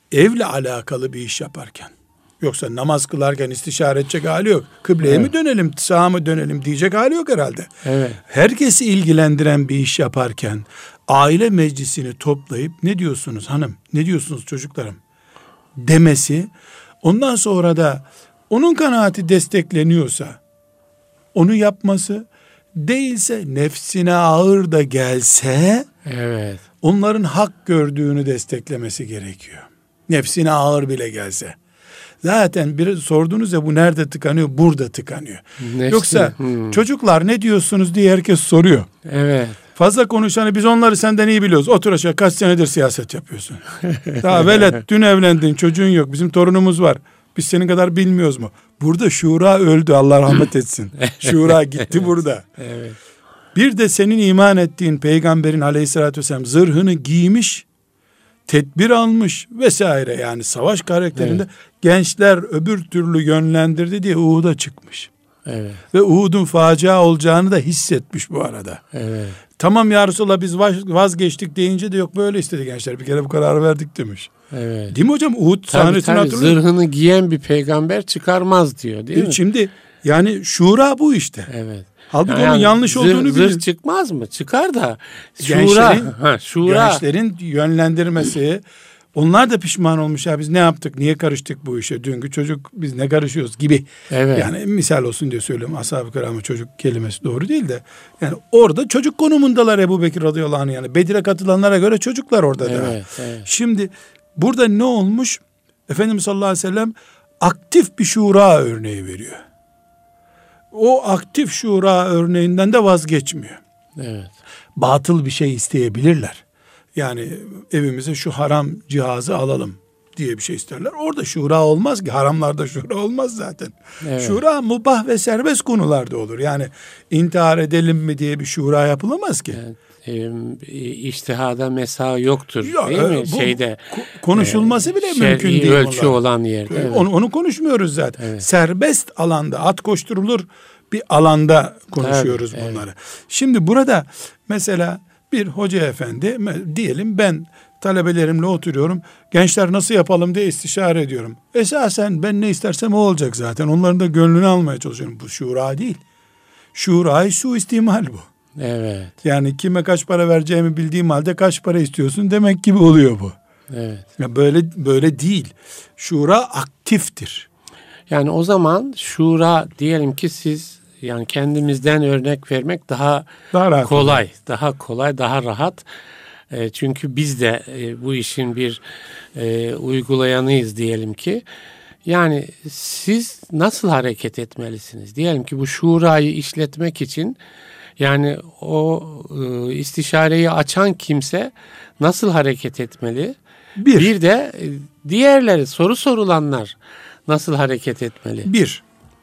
Speaker 2: evle alakalı bir iş yaparken, yoksa namaz kılarken istişare edecek hali yok. Kıbleye evet. mi dönelim, sağa mı dönelim diyecek hali yok herhalde.
Speaker 1: Evet.
Speaker 2: Herkesi ilgilendiren bir iş yaparken aile meclisini toplayıp ne diyorsunuz hanım, ne diyorsunuz çocuklarım demesi, ondan sonra da onun kanaati destekleniyorsa onu yapması, değilse nefsine ağır da gelse
Speaker 1: evet.
Speaker 2: onların hak gördüğünü desteklemesi gerekiyor. Nefsine ağır bile gelse. Zaten biri sordunuz ya bu nerede tıkanıyor? Burada tıkanıyor. Nefsi. Yoksa hmm. çocuklar ne diyorsunuz diye herkes soruyor.
Speaker 1: Evet.
Speaker 2: Fazla konuşanı biz onları senden iyi biliyoruz. Otur aşağı, kaç senedir siyaset yapıyorsun. Daha velet, dün evlendin, çocuğun yok, bizim torunumuz var. Biz senin kadar bilmiyoruz mu? Burada şura öldü, Allah rahmet etsin. Şura gitti evet. burada.
Speaker 1: Evet.
Speaker 2: Bir de senin iman ettiğin peygamberin aleyhissalatü vesselam zırhını giymiş, tedbir almış vesaire, yani savaş karakterinde evet. gençler öbür türlü yönlendirdi diye Uhud'a çıkmış.
Speaker 1: Evet.
Speaker 2: Ve Uhud'un facia olacağını da hissetmiş bu arada.
Speaker 1: Evet.
Speaker 2: Tamam ya Resulallah biz vazgeçtik deyince de yok böyle istedi gençler, bir kere bu kararı verdik demiş.
Speaker 1: Evet.
Speaker 2: Değil mi hocam? Uhud sahnesini hatırlıyor.
Speaker 1: Zırhını giyen bir peygamber çıkarmaz diyor değil mi?
Speaker 2: Şimdi yani şura bu işte.
Speaker 1: Evet.
Speaker 2: Halbuki yani onun yanlış
Speaker 1: zırh,
Speaker 2: olduğunu bilir.
Speaker 1: Zırh çıkmaz mı? Çıkar da şura,
Speaker 2: gençlerin,
Speaker 1: ha, şura.
Speaker 2: gençlerin yönlendirmesi. Onlar da pişman olmuş ya, biz ne yaptık, niye karıştık bu işe, dünkü çocuk biz ne karışıyoruz gibi.
Speaker 1: Evet.
Speaker 2: Yani misal olsun diye söylüyorum, ashab-ı kiramın çocuk kelimesi doğru değil de yani orada çocuk konumundalar Ebu Bekir radıyallahu anh, yani Bedir'e katılanlara göre çocuklar orada
Speaker 1: evet,
Speaker 2: da.
Speaker 1: Evet.
Speaker 2: Şimdi burada ne olmuş? Efendimiz sallallahu aleyhi ve sellem aktif bir şura örneği veriyor. O aktif şura örneğinden de vazgeçmiyor.
Speaker 1: Evet.
Speaker 2: Batıl bir şey isteyebilirler. Yani evimize şu haram cihazı alalım diye bir şey isterler. Orada şura olmaz ki. Haramlarda şura olmaz zaten. Evet. Şura mubah ve serbest konularda olur. Yani intihar edelim mi diye bir şura yapılamaz ki.
Speaker 1: Evet. E, İçtihada mesa yoktur
Speaker 2: ya,
Speaker 1: değil mi?
Speaker 2: Bu,
Speaker 1: Şeyde
Speaker 2: konuşulması e, bile mümkün değil.
Speaker 1: Ölçü onlar. Olan yerde. Evet.
Speaker 2: Onu, onu konuşmuyoruz zaten.
Speaker 1: Evet.
Speaker 2: Serbest alanda, at koşturulur bir alanda konuşuyoruz Tabii, bunları. Evet. Şimdi burada mesela bir hoca efendi diyelim, ben talebelerimle oturuyorum. Gençler nasıl yapalım diye istişare ediyorum. Esasen ben ne istersem o olacak zaten. Onların da gönlünü almaya çalışıyorum. Bu şura değil. Şurayı suistimal bu.
Speaker 1: Evet.
Speaker 2: Yani kime kaç para vereceğimi bildiğim halde kaç para istiyorsun demek gibi oluyor bu.
Speaker 1: Evet.
Speaker 2: Ya böyle böyle değil. Şura aktiftir.
Speaker 1: Yani o zaman şura diyelim ki siz, yani kendimizden örnek vermek daha, daha kolay, olur. daha kolay, daha rahat. E, çünkü biz de e, bu işin bir e, uygulayanıyız diyelim ki. Yani siz nasıl hareket etmelisiniz? Diyelim ki bu şurayı işletmek için, yani o e, istişareyi açan kimse nasıl hareket etmeli? Bir, bir de e, diğerleri, soru sorulanlar nasıl hareket etmeli?
Speaker 2: Bir,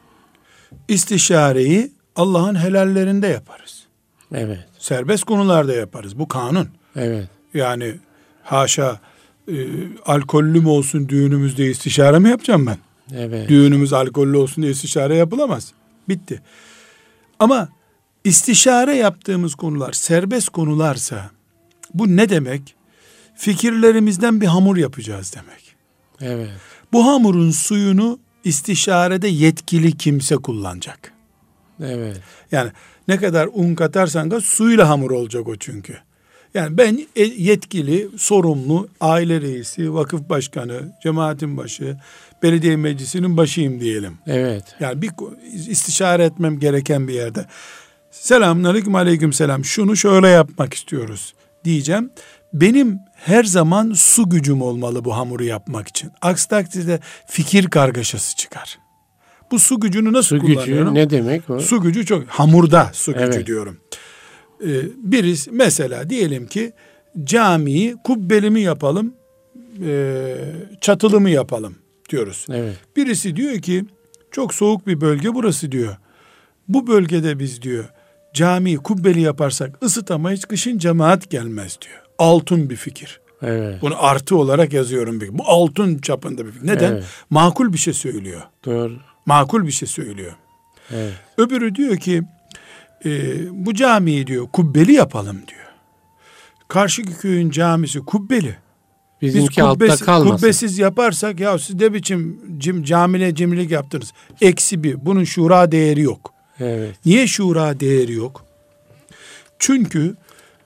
Speaker 2: istişareyi Allah'ın helallerinde yaparız.
Speaker 1: Evet.
Speaker 2: Serbest konularda yaparız. Bu kanun.
Speaker 1: Evet.
Speaker 2: Yani haşa e, alkollü mü olsun düğünümüzde istişare mi yapacağım ben?
Speaker 1: Evet.
Speaker 2: Düğünümüz alkollü olsun diye istişare yapılamaz. Bitti. Ama istişare yaptığımız konular serbest konularsa bu ne demek? Fikirlerimizden bir hamur yapacağız demek.
Speaker 1: Evet.
Speaker 2: Bu hamurun suyunu istişarede yetkili kimse kullanacak.
Speaker 1: Evet.
Speaker 2: Yani ne kadar un katarsan kat suyla hamur olacak o çünkü. Yani ben yetkili, sorumlu, aile reisi, vakıf başkanı, cemaatin başı, belediye meclisinin başıyım diyelim.
Speaker 1: Evet.
Speaker 2: Yani bir istişare etmem gereken bir yerde. Selamünaleyküm, aleykümselam. Şunu şöyle yapmak istiyoruz diyeceğim. Benim her zaman su gücüm olmalı bu hamuru yapmak için. Aksi takdirde fikir kargaşası çıkar. Bu su gücünü nasıl
Speaker 1: su
Speaker 2: kullanıyorum?
Speaker 1: Su gücü ne demek o?
Speaker 2: Su gücü çok, hamurda su gücü
Speaker 1: evet.
Speaker 2: diyorum. Ee, birisi mesela diyelim ki camiyi kubbeli mi yapalım, e, çatılı mı yapalım diyoruz.
Speaker 1: Evet.
Speaker 2: Birisi diyor ki çok soğuk bir bölge burası diyor. Bu bölgede biz diyor camiyi kubbeli yaparsak ısıtamayız, kışın cemaat gelmez diyor. Altın bir fikir.
Speaker 1: Evet.
Speaker 2: Bunu artı olarak yazıyorum. Bu altın çapında bir fikir. Neden? Evet. Makul bir şey söylüyor.
Speaker 1: Doğru.
Speaker 2: Makul bir şey söylüyor.
Speaker 1: Evet.
Speaker 2: Öbürü diyor ki e, bu camiyi diyor kubbeli yapalım diyor. Karşıki köyün camisi kubbeli.
Speaker 1: Bizimki
Speaker 2: Biz kubbesiz,
Speaker 1: altta kalmasın.
Speaker 2: Kubbesiz yaparsak ya siz de biçim cim, camile cimrilik yaptınız. Eksi bir. Bunun şura değeri yok.
Speaker 1: Evet.
Speaker 2: Niye şura değeri yok? Çünkü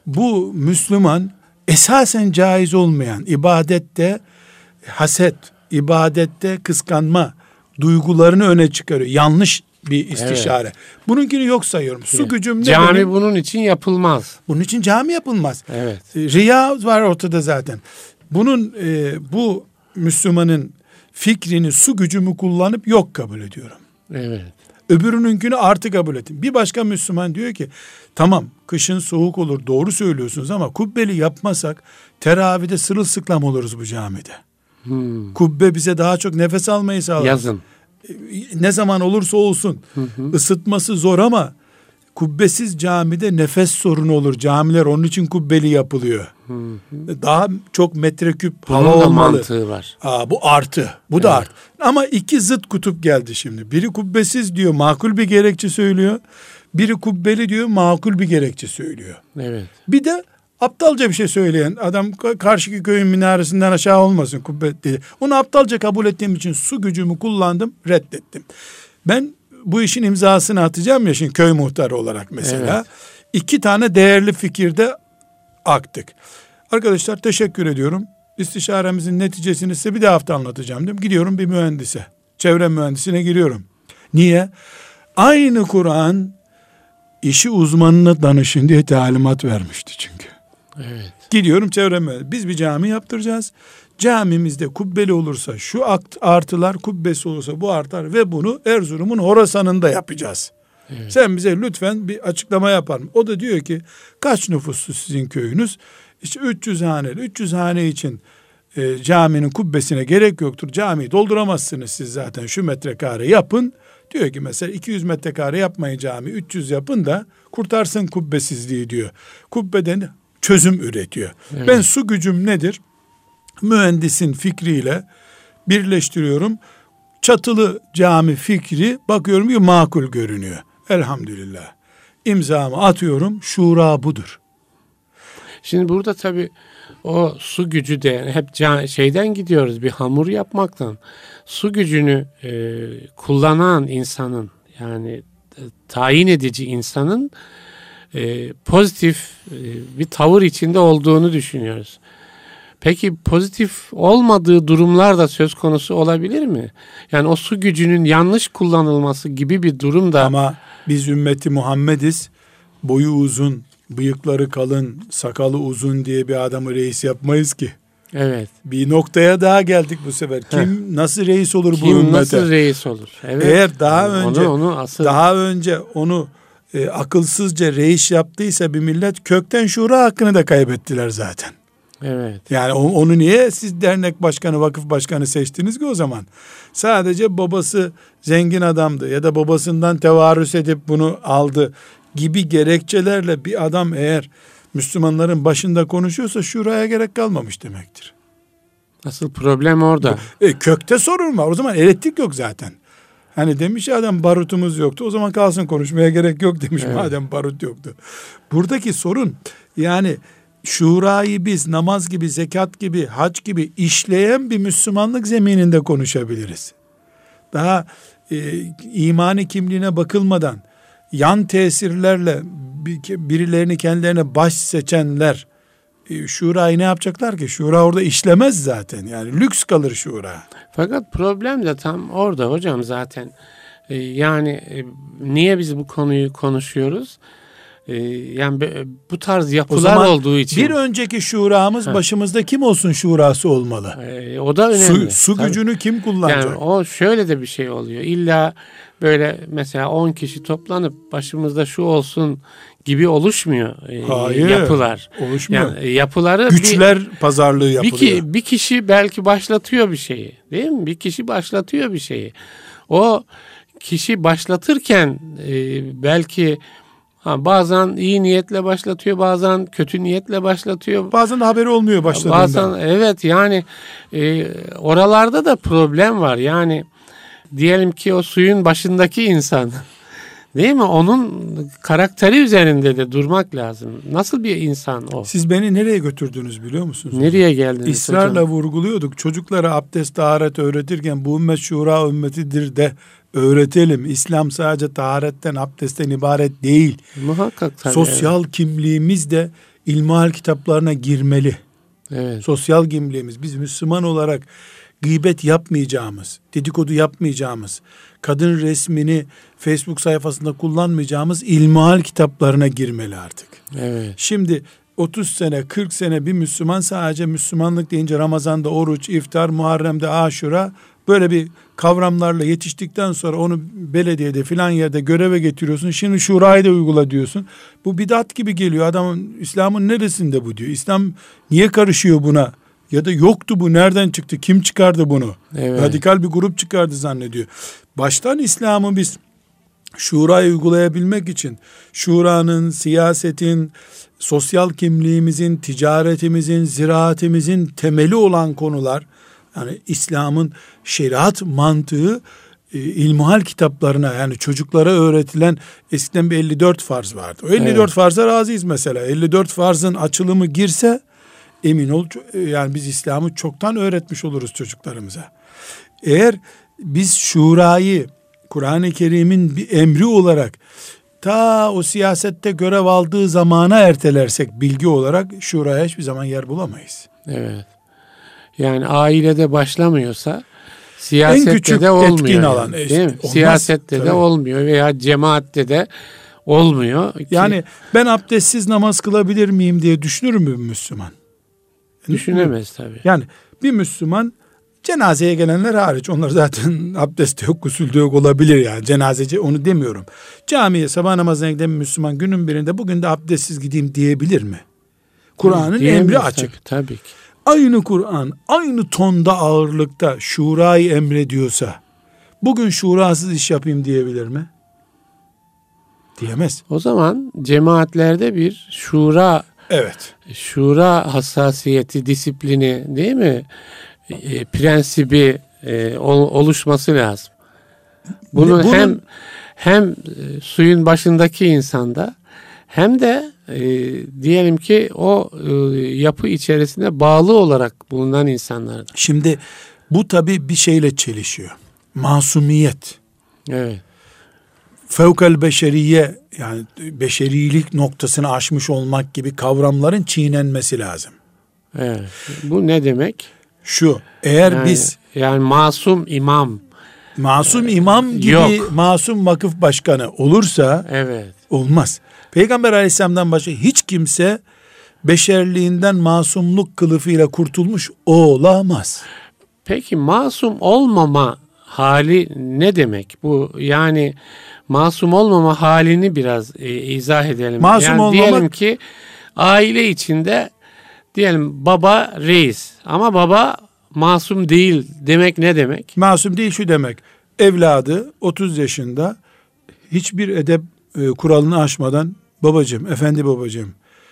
Speaker 2: bu Müslüman esasen caiz olmayan ibadette haset, ibadette kıskanma duygularını öne çıkarıyor. Yanlış bir istişare. Evet. Bununkini yok sayıyorum. Su evet. gücüm ne
Speaker 1: Cami
Speaker 2: benim?
Speaker 1: Bunun için yapılmaz.
Speaker 2: Bunun için cami yapılmaz.
Speaker 1: Evet.
Speaker 2: Riya var ortada zaten. Bunun e, bu Müslümanın fikrini su gücümü kullanıp yok kabul ediyorum.
Speaker 1: Evet.
Speaker 2: Öbürününkünü artı kabul ettim. Bir başka Müslüman diyor ki tamam kışın soğuk olur doğru söylüyorsunuz ama kubbeli yapmasak teravide sırılsıklam oluruz bu camide. Hmm. Kubbe bize daha çok nefes almayı sağlar.
Speaker 1: Yazın.
Speaker 2: Ne zaman olursa olsun hı hı. ısıtması zor ama kubbesiz camide nefes sorunu olur. Camiler onun için kubbeli yapılıyor. Hı hı. Daha çok metreküp
Speaker 1: bunun
Speaker 2: hava
Speaker 1: da
Speaker 2: olmalı.
Speaker 1: Mantığı var.
Speaker 2: Aa, bu artı. Bu evet. da artı. Ama iki zıt kutup geldi şimdi. Biri kubbesiz diyor, makul bir gerekçe söylüyor. Biri kubbeli diyor, makul bir gerekçe söylüyor.
Speaker 1: Evet.
Speaker 2: Bir de aptalca bir şey söyleyen adam karşıki köyün minaresinden aşağı olmasın kubbe dedi. Onu aptalca kabul ettiğim için su gücümü kullandım, reddettim. Ben bu işin imzasını atacağım ya şimdi köy muhtarı olarak mesela. Evet. İki tane değerli fikirde aktık. Arkadaşlar teşekkür ediyorum. İstişaremizin neticesini size bir de hafta anlatacağım dedim. Gidiyorum bir mühendise. Çevre mühendisine giriyorum. Niye? Aynı Kur'an işi uzmanına danışın diye talimat vermişti çünkü.
Speaker 1: Evet.
Speaker 2: Gidiyorum çevre mühendisi. Biz bir cami yaptıracağız. Camimizde kubbeli olursa şu artılar, kubbesi olursa bu artar ve bunu Erzurum'un Horasan'ında yapacağız. Evet. Sen bize lütfen bir açıklama yapar mısın? O da diyor ki kaç nüfuslu sizin köyünüz? İşte üç yüz haneli. üç yüz hane için e, caminin kubbesine gerek yoktur. Camiyi dolduramazsınız siz zaten şu metrekare yapın. Diyor ki mesela iki yüz metrekare yapmayın cami, üç yüz yapın da kurtarsın kubbesizliği diyor. Kubbeden çözüm üretiyor. Evet. Ben su gücüm nedir? Mühendisin fikriyle birleştiriyorum. Çatılı cami fikri bakıyorum ki makul görünüyor. Elhamdülillah. İmzamı atıyorum. Şura budur.
Speaker 1: Şimdi burada tabii o su gücü de hep can, şeyden gidiyoruz bir hamur yapmaktan. Su gücünü e, kullanan insanın yani e, tayin edici insanın e, pozitif e, bir tavır içinde olduğunu düşünüyoruz. Peki pozitif olmadığı durumlar da söz konusu olabilir mi? Yani o su gücünün yanlış kullanılması gibi bir durum da.
Speaker 2: Ama biz ümmeti Muhammediz. Boyu uzun, bıyıkları kalın, sakalı uzun diye bir adamı reis yapmayız ki.
Speaker 1: Evet.
Speaker 2: Bir noktaya daha geldik bu sefer. Kim Heh. nasıl reis olur Kim bu ümmete?
Speaker 1: Kim nasıl reis olur? Evet.
Speaker 2: Eğer daha yani önce
Speaker 1: onu, onu asıl...
Speaker 2: daha önce onu e, akılsızca reis yaptıysa bir millet kökten şura hakkını da kaybettiler zaten.
Speaker 1: Evet.
Speaker 2: Yani onu niye siz dernek başkanı, vakıf başkanı seçtiniz ki o zaman? Sadece babası zengin adamdı ya da babasından tevarüs edip bunu aldı gibi gerekçelerle bir adam eğer Müslümanların başında konuşuyorsa şuraya gerek kalmamış demektir.
Speaker 1: Asıl problem orada.
Speaker 2: E, kökte sorun var. O zaman elektrik yok zaten. Hani demiş ya adam barutumuz yoktu. O zaman kalsın konuşmaya gerek yok demiş evet. Madem barut yoktu. Buradaki sorun yani şurayı biz namaz gibi, zekat gibi, hac gibi işleyen bir Müslümanlık zemininde konuşabiliriz. Daha e, imani kimliğine bakılmadan yan tesirlerle birilerini kendilerine baş seçenler e, şurayı ne yapacaklar ki? Şura orada işlemez zaten. Yani lüks kalır şura.
Speaker 1: Fakat problem de tam orada hocam zaten. E, yani e, niye biz bu konuyu konuşuyoruz? Yani bu tarz yapılar olduğu için.
Speaker 2: Bir önceki şuramız ha. başımızda kim olsun şurası olmalı.
Speaker 1: Ee, o da önemli.
Speaker 2: Su, su gücünü kim kullanacak?
Speaker 1: Yani o şöyle de bir şey oluyor. İlla böyle mesela on kişi toplanıp başımızda şu olsun gibi oluşmuyor
Speaker 2: Hayır,
Speaker 1: yapılar.
Speaker 2: Oluşmuyor.
Speaker 1: Yani yapıları
Speaker 2: güçler bir, pazarlığı yapılıyor.
Speaker 1: Bir, ki, bir kişi belki başlatıyor bir şeyi. Değil mi? Bir kişi başlatıyor bir şeyi. O kişi başlatırken e, belki Ha, bazen iyi niyetle başlatıyor, bazen kötü niyetle başlatıyor.
Speaker 2: Bazen de haberi olmuyor başladığında.
Speaker 1: Bazen evet yani e, oralarda da problem var. Yani diyelim ki o suyun başındaki insan Değil mi? Onun karakteri üzerinde de durmak lazım. Nasıl bir insan o?
Speaker 2: Siz beni nereye götürdünüz biliyor musunuz?
Speaker 1: Nereye geldiniz
Speaker 2: İsrarla
Speaker 1: hocam?
Speaker 2: vurguluyorduk. Çocuklara abdest, taharet öğretirken bu ümmet şura ümmetidir de öğretelim. İslam sadece taharetten, abdestten ibaret değil.
Speaker 1: Muhakkak tabii.
Speaker 2: Sosyal evet. kimliğimiz de ilmihal kitaplarına girmeli.
Speaker 1: Evet.
Speaker 2: Sosyal kimliğimiz. Biz Müslüman olarak gıybet yapmayacağımız, dedikodu yapmayacağımız, kadın resmini Facebook sayfasında kullanmayacağımız ilmihal kitaplarına girmeli artık.
Speaker 1: Evet.
Speaker 2: Şimdi otuz sene, kırk sene bir Müslüman sadece Müslümanlık deyince Ramazan'da oruç, iftar, Muharrem'de aşura böyle bir kavramlarla yetiştikten sonra onu belediyede filan yerde göreve getiriyorsun. Şimdi şurayı da uygula diyorsun. Bu bidat gibi geliyor. Adamın İslam'ın neresinde bu diyor. İslam niye karışıyor buna? Ya da yoktu bu, nereden çıktı? Kim çıkardı bunu? Evet. Radikal bir grup çıkardı zannediyor. Baştan İslam'ı biz şurayı uygulayabilmek için şuranın, siyasetin, sosyal kimliğimizin, ticaretimizin, ziraatimizin temeli olan konular, yani İslam'ın şeriat mantığı e, ilmihal kitaplarına, yani çocuklara öğretilen eskiden bir elli dört farz vardı. O elli dört evet. farza razıyız mesela. elli dört farzın açılımı girse emin ol yani biz İslam'ı çoktan öğretmiş oluruz çocuklarımıza. Eğer biz şurayı Kur'an-ı Kerim'in bir emri olarak ta o siyasette görev aldığı zamana ertelersek bilgi olarak şuraya hiçbir zaman yer bulamayız.
Speaker 1: Evet. Yani ailede başlamıyorsa siyasette
Speaker 2: en küçük
Speaker 1: de olmuyor.
Speaker 2: Etkin
Speaker 1: yani,
Speaker 2: alan.
Speaker 1: Değil mi?
Speaker 2: Olmaz,
Speaker 1: siyasette
Speaker 2: tabii.
Speaker 1: de olmuyor veya cemaatte de olmuyor. Ki,
Speaker 2: yani ben abdestsiz namaz kılabilir miyim diye düşünür mü bir Müslüman?
Speaker 1: Düşünemez tabii.
Speaker 2: Yani bir Müslüman cenazeye gelenler hariç, onlar zaten abdest yok, gusül de yok olabilir yani. Cenazeci onu demiyorum. Camiye sabah namazına giden bir Müslüman günün birinde bugün de abdestsiz gideyim diyebilir mi? Kur'an'ın emri açık.
Speaker 1: Tabii, tabii ki.
Speaker 2: Aynı Kur'an, aynı tonda ağırlıkta şurayı emrediyorsa bugün şurasız iş yapayım diyebilir mi? Diyemez.
Speaker 1: O zaman cemaatlerde bir şura
Speaker 2: Evet.
Speaker 1: Şura hassasiyeti, disiplini değil mi? E, prensibi e, oluşması lazım. Bunu Bunun, hem hem e, suyun başındaki insanda hem de e, diyelim ki o e, yapı içerisinde bağlı olarak bulunan insanlarda.
Speaker 2: Şimdi bu tabii bir şeyle çelişiyor. Masumiyet.
Speaker 1: Evet.
Speaker 2: Fevkel beşeriye, yani beşerilik noktasını aşmış olmak gibi kavramların çiğnenmesi lazım.
Speaker 1: Evet. Bu ne demek?
Speaker 2: Şu, eğer
Speaker 1: yani,
Speaker 2: biz
Speaker 1: yani masum imam
Speaker 2: masum imam gibi
Speaker 1: yok.
Speaker 2: Masum vakıf başkanı olursa
Speaker 1: evet.
Speaker 2: olmaz. Peygamber Aleyhisselam'dan başka hiç kimse beşerliğinden masumluk kılıfıyla kurtulmuş olamaz.
Speaker 1: Peki masum olmama hali ne demek? Bu yani masum olmama halini biraz e, izah edelim.
Speaker 2: Masum
Speaker 1: yani
Speaker 2: olmamak,
Speaker 1: diyelim ki aile içinde diyelim baba reis ama baba masum değil demek ne demek?
Speaker 2: Masum değil şu demek. Evladı otuz yaşında hiçbir edep e, kuralını aşmadan babacığım, efendi babacığım,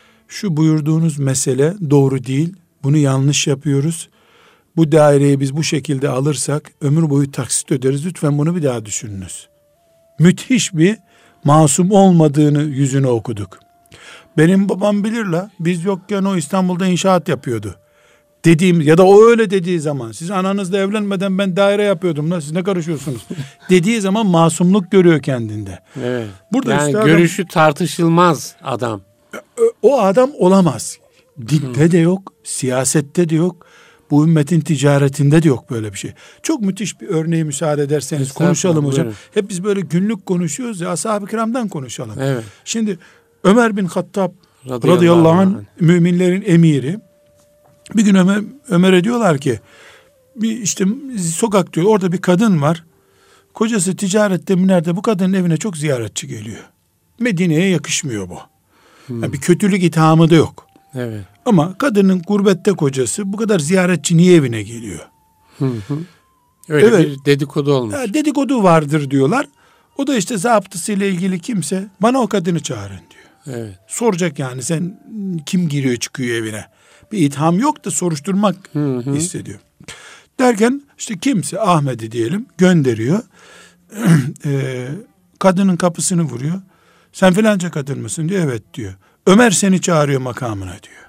Speaker 2: şu buyurduğunuz mesele doğru değil. Bunu yanlış yapıyoruz. Bu daireyi biz bu şekilde alırsak ömür boyu taksit öderiz. Lütfen bunu bir daha düşününüz. Müthiş bir masum olmadığını yüzüne okuduk. Benim babam bilir la, biz yokken o İstanbul'da inşaat yapıyordu dediğim ya da o öyle dediği zaman, siz ananızla evlenmeden ben daire yapıyordum la, siz ne karışıyorsunuz dediği zaman masumluk görüyor kendinde.
Speaker 1: Evet.
Speaker 2: Burada
Speaker 1: yani
Speaker 2: işte
Speaker 1: görüşü
Speaker 2: adam,
Speaker 1: tartışılmaz adam.
Speaker 2: O adam olamaz. Dinde de yok, siyasette de yok. Bu ümmetin ticaretinde de yok böyle bir şey. Çok müthiş bir örneği müsaade ederseniz konuşalım hocam. Buyurun. Hep biz böyle günlük konuşuyoruz ya, ashab-ı kiramdan konuşalım.
Speaker 1: Evet.
Speaker 2: Şimdi Ömer bin Hattab
Speaker 1: radıyallahu,
Speaker 2: radıyallahu anh müminlerin emiri. Bir gün Ömer, Ömer'e diyorlar ki bir işte sokak diyor, orada bir kadın var. Kocası ticarette mi nerede, bu kadının evine çok ziyaretçi geliyor. Medine'ye yakışmıyor bu. Hmm. Yani bir kötülük ithamı da yok.
Speaker 1: Evet.
Speaker 2: Ama kadının gurbette kocası, bu kadar ziyaretçi niye evine geliyor?
Speaker 1: Hı hı. Öyle evet. bir dedikodu olmuş.
Speaker 2: Ya, dedikodu vardır diyorlar. O da işte zabıtısıyla ilgili kimse bana o kadını çağırın diyor.
Speaker 1: Evet.
Speaker 2: Soracak yani, sen kim giriyor çıkıyor evine? Bir itham yok da soruşturmak hı hı. istediyor. Derken işte kimse, Ahmet'i diyelim, gönderiyor. e, kadının kapısını vuruyor. Sen filanca kadın mısın diyor. Evet diyor. Ömer seni çağırıyor makamına diyor.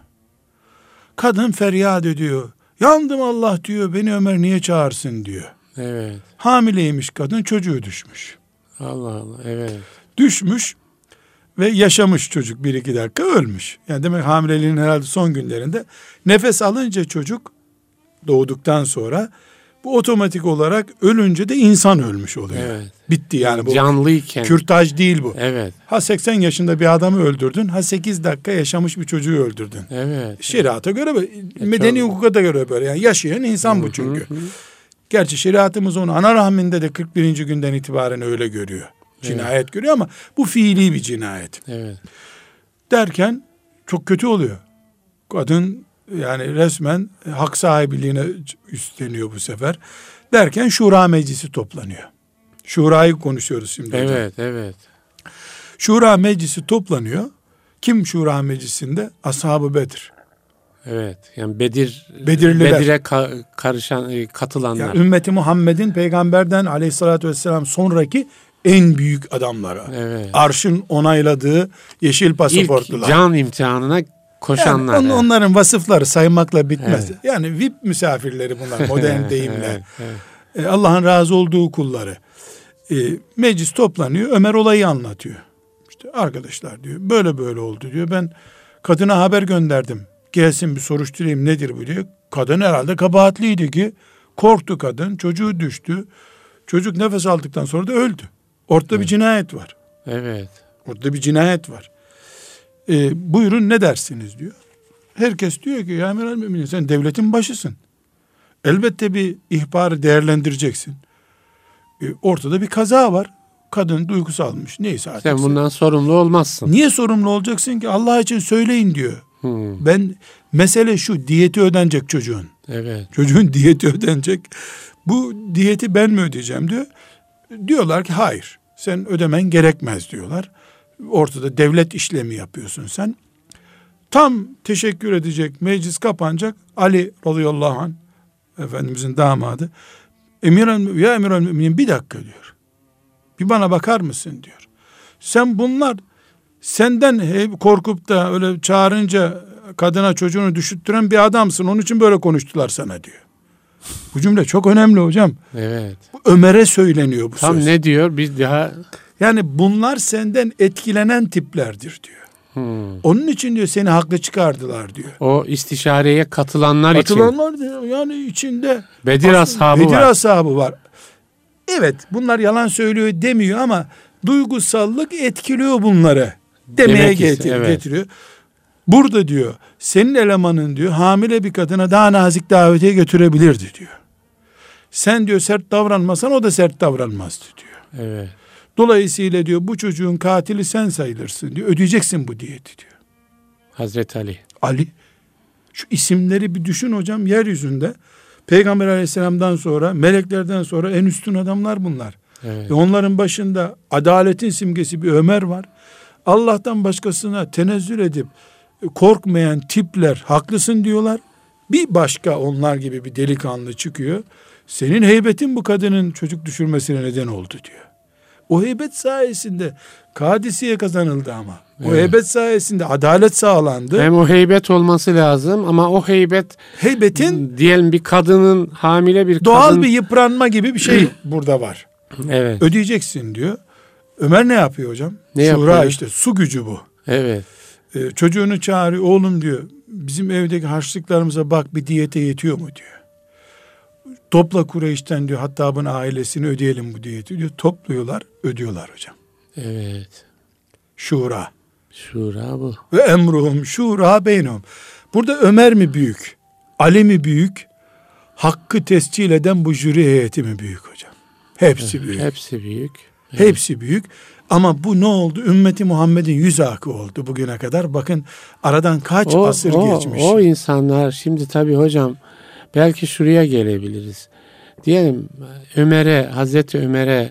Speaker 2: Kadın feryat ediyor. Yandım Allah diyor. Beni Ömer niye çağırsın diyor.
Speaker 1: Evet.
Speaker 2: Hamileymiş kadın, çocuğu düşmüş.
Speaker 1: Allah Allah, evet.
Speaker 2: Düşmüş ve yaşamış çocuk, bir iki dakika ölmüş. Yani demek hamileliğin herhalde son günlerinde nefes alınca çocuk doğduktan sonra bu otomatik olarak ölünce de insan ölmüş oluyor.
Speaker 1: Evet.
Speaker 2: Bitti yani bu.
Speaker 1: Canlıyken.
Speaker 2: Kürtaj değil bu.
Speaker 1: Evet.
Speaker 2: Ha seksen yaşında bir adamı öldürdün, ha sekiz dakika yaşamış bir çocuğu öldürdün.
Speaker 1: Evet.
Speaker 2: Şeriata göre böyle,
Speaker 1: E,
Speaker 2: medeni
Speaker 1: çok...
Speaker 2: hukuka da göre böyle. Yani yaşayan insan bu çünkü. Hı hı. Gerçi şeriatımız onu ana rahminde de kırk birinci günden itibaren öyle görüyor. Cinayet evet. görüyor ama bu fiili bir cinayet.
Speaker 1: Evet.
Speaker 2: Derken çok kötü oluyor. Kadın yani resmen hak sahibiliğine üstleniyor bu sefer. Derken Şura Meclisi toplanıyor. Şura'yı konuşuyoruz şimdi.
Speaker 1: Evet,
Speaker 2: hocam.
Speaker 1: evet.
Speaker 2: Şura Meclisi toplanıyor. Kim Şura Meclisi'nde? Ashab-ı Bedir.
Speaker 1: Evet. Yani Bedir
Speaker 2: Bedirliler.
Speaker 1: Bedir'e ka- karışan katılanlar.
Speaker 2: Yani ümmeti Muhammed'in peygamberden aleyhissalatü vesselam sonraki en büyük adamları.
Speaker 1: Evet.
Speaker 2: Arşın onayladığı yeşil pasaportlular.
Speaker 1: İlk can imtihanına koşanlar.
Speaker 2: Yani on,
Speaker 1: evet.
Speaker 2: Onların vasıfları saymakla bitmez.
Speaker 1: Evet.
Speaker 2: Yani V I P misafirleri bunlar, modern deyimle.
Speaker 1: Evet, evet.
Speaker 2: Ee, Allah'ın razı olduğu kulları. Ee, meclis toplanıyor. Ömer olayı anlatıyor. İşte arkadaşlar diyor, böyle böyle oldu diyor. Ben kadına haber gönderdim. Gelsin bir soruşturayım nedir bu diyor. Kadın herhalde kabahatliydi ki korktu kadın. Çocuğu düştü. Çocuk nefes aldıktan sonra da öldü. Ortada evet. bir cinayet var.
Speaker 1: Evet.
Speaker 2: Ortada bir cinayet var. Ee, buyurun ne dersiniz diyor. Herkes diyor ki ya Emirel Müminin sen devletin başısın. Elbette bir ihbarı değerlendireceksin. Ee, ortada bir kaza var. Kadın duygusalmış. Neyse artık.
Speaker 1: Sen bundan sen. sorumlu olmazsın.
Speaker 2: Niye sorumlu olacaksın ki? Allah için söyleyin diyor. Hmm. Ben mesele şu, diyeti ödenecek çocuğun.
Speaker 1: Evet.
Speaker 2: Çocuğun diyeti ödenecek. Bu diyeti ben mi ödeyeceğim diyor. Diyorlar ki hayır. Sen ödemen gerekmez diyorlar. Ortada devlet işlemi yapıyorsun sen. Tam teşekkür edecek, meclis kapanacak. Ali radıyallahu anh, Efendimizin damadı. Emir ya Emirel Müminin bir dakika diyor. Bir bana bakar mısın diyor. Sen bunlar senden korkup da öyle çağırınca kadına çocuğunu düşürttüren bir adamsın. Onun için böyle konuştular sana diyor. Bu cümle çok önemli hocam.
Speaker 1: Evet.
Speaker 2: Ömer'e söyleniyor bu
Speaker 1: Tam
Speaker 2: söz.
Speaker 1: Tam ne diyor? Biz daha...
Speaker 2: Yani bunlar senden etkilenen tiplerdir diyor. Hmm. Onun için diyor seni haklı çıkardılar diyor.
Speaker 1: O istişareye katılanlar,
Speaker 2: katılanlar
Speaker 1: için.
Speaker 2: Katılanlar diyor yani içinde.
Speaker 1: Bedir ashabı
Speaker 2: Bedir
Speaker 1: var.
Speaker 2: Bedir ashabı var. Evet bunlar yalan söylüyor demiyor ama duygusallık etkiliyor bunları demeye getir, evet. getiriyor. Burada diyor senin elemanın diyor hamile bir kadına daha nazik davetiye götürebilirdi diyor. Sen diyor sert davranmasan o da sert davranmazdı diyor.
Speaker 1: Evet.
Speaker 2: Dolayısıyla diyor bu çocuğun katili sen sayılırsın diyor. Ödeyeceksin bu diyeti diyor.
Speaker 1: Hazreti Ali.
Speaker 2: Ali. Şu isimleri bir düşün hocam, yeryüzünde Peygamber aleyhisselamdan sonra, meleklerden sonra en üstün adamlar bunlar. Evet. Ve onların başında adaletin simgesi bir Ömer var. Allah'tan başkasına tenezzül edip korkmayan tipler haklısın diyorlar. Bir başka onlar gibi bir delikanlı çıkıyor. Senin heybetin bu kadının çocuk düşürmesine neden oldu diyor. O heybet sayesinde Kadisiye kazanıldı ama. Evet. O heybet sayesinde adalet sağlandı.
Speaker 1: Hem o heybet olması lazım ama o heybet
Speaker 2: heybetin
Speaker 1: diyelim bir kadının hamile bir
Speaker 2: doğal
Speaker 1: kadın...
Speaker 2: bir yıpranma gibi bir şey burada var.
Speaker 1: Evet.
Speaker 2: Ödeyeceksin diyor. Ömer ne yapıyor hocam?
Speaker 1: Ne
Speaker 2: Şura
Speaker 1: yapıyor?
Speaker 2: işte su gücü bu.
Speaker 1: Evet.
Speaker 2: Ee, çocuğunu çağırıyor, oğlum diyor. Bizim evdeki harçlıklarımıza bak bir diyete yetiyor mu diyor. Topla Kureyş'ten diyor Hattab'ın ailesini ödeyelim bu diyeti diyor. Topluyorlar, ödüyorlar hocam.
Speaker 1: Evet.
Speaker 2: Şura.
Speaker 1: Şura bu.
Speaker 2: Ve emruhum şura beynum. Burada Ömer mi büyük? Ali mi büyük? Hakkı tescil eden bu jüri heyeti mi büyük hocam? Hepsi büyük.
Speaker 1: Hepsi büyük.
Speaker 2: Evet. Hepsi büyük. Ama bu ne oldu? Ümmeti Muhammed'in yüz akı oldu bugüne kadar. Bakın aradan kaç
Speaker 1: o,
Speaker 2: asır
Speaker 1: o,
Speaker 2: geçmiş.
Speaker 1: O insanlar şimdi tabii hocam belki şuraya gelebiliriz. Diyelim Ömer'e, Hazreti Ömer'e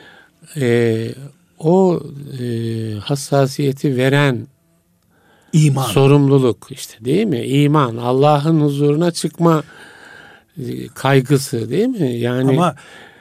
Speaker 1: e, o e, hassasiyeti veren
Speaker 2: iman,
Speaker 1: sorumluluk işte değil mi? İman, Allah'ın huzuruna çıkma e, kaygısı değil mi? Yani
Speaker 2: ama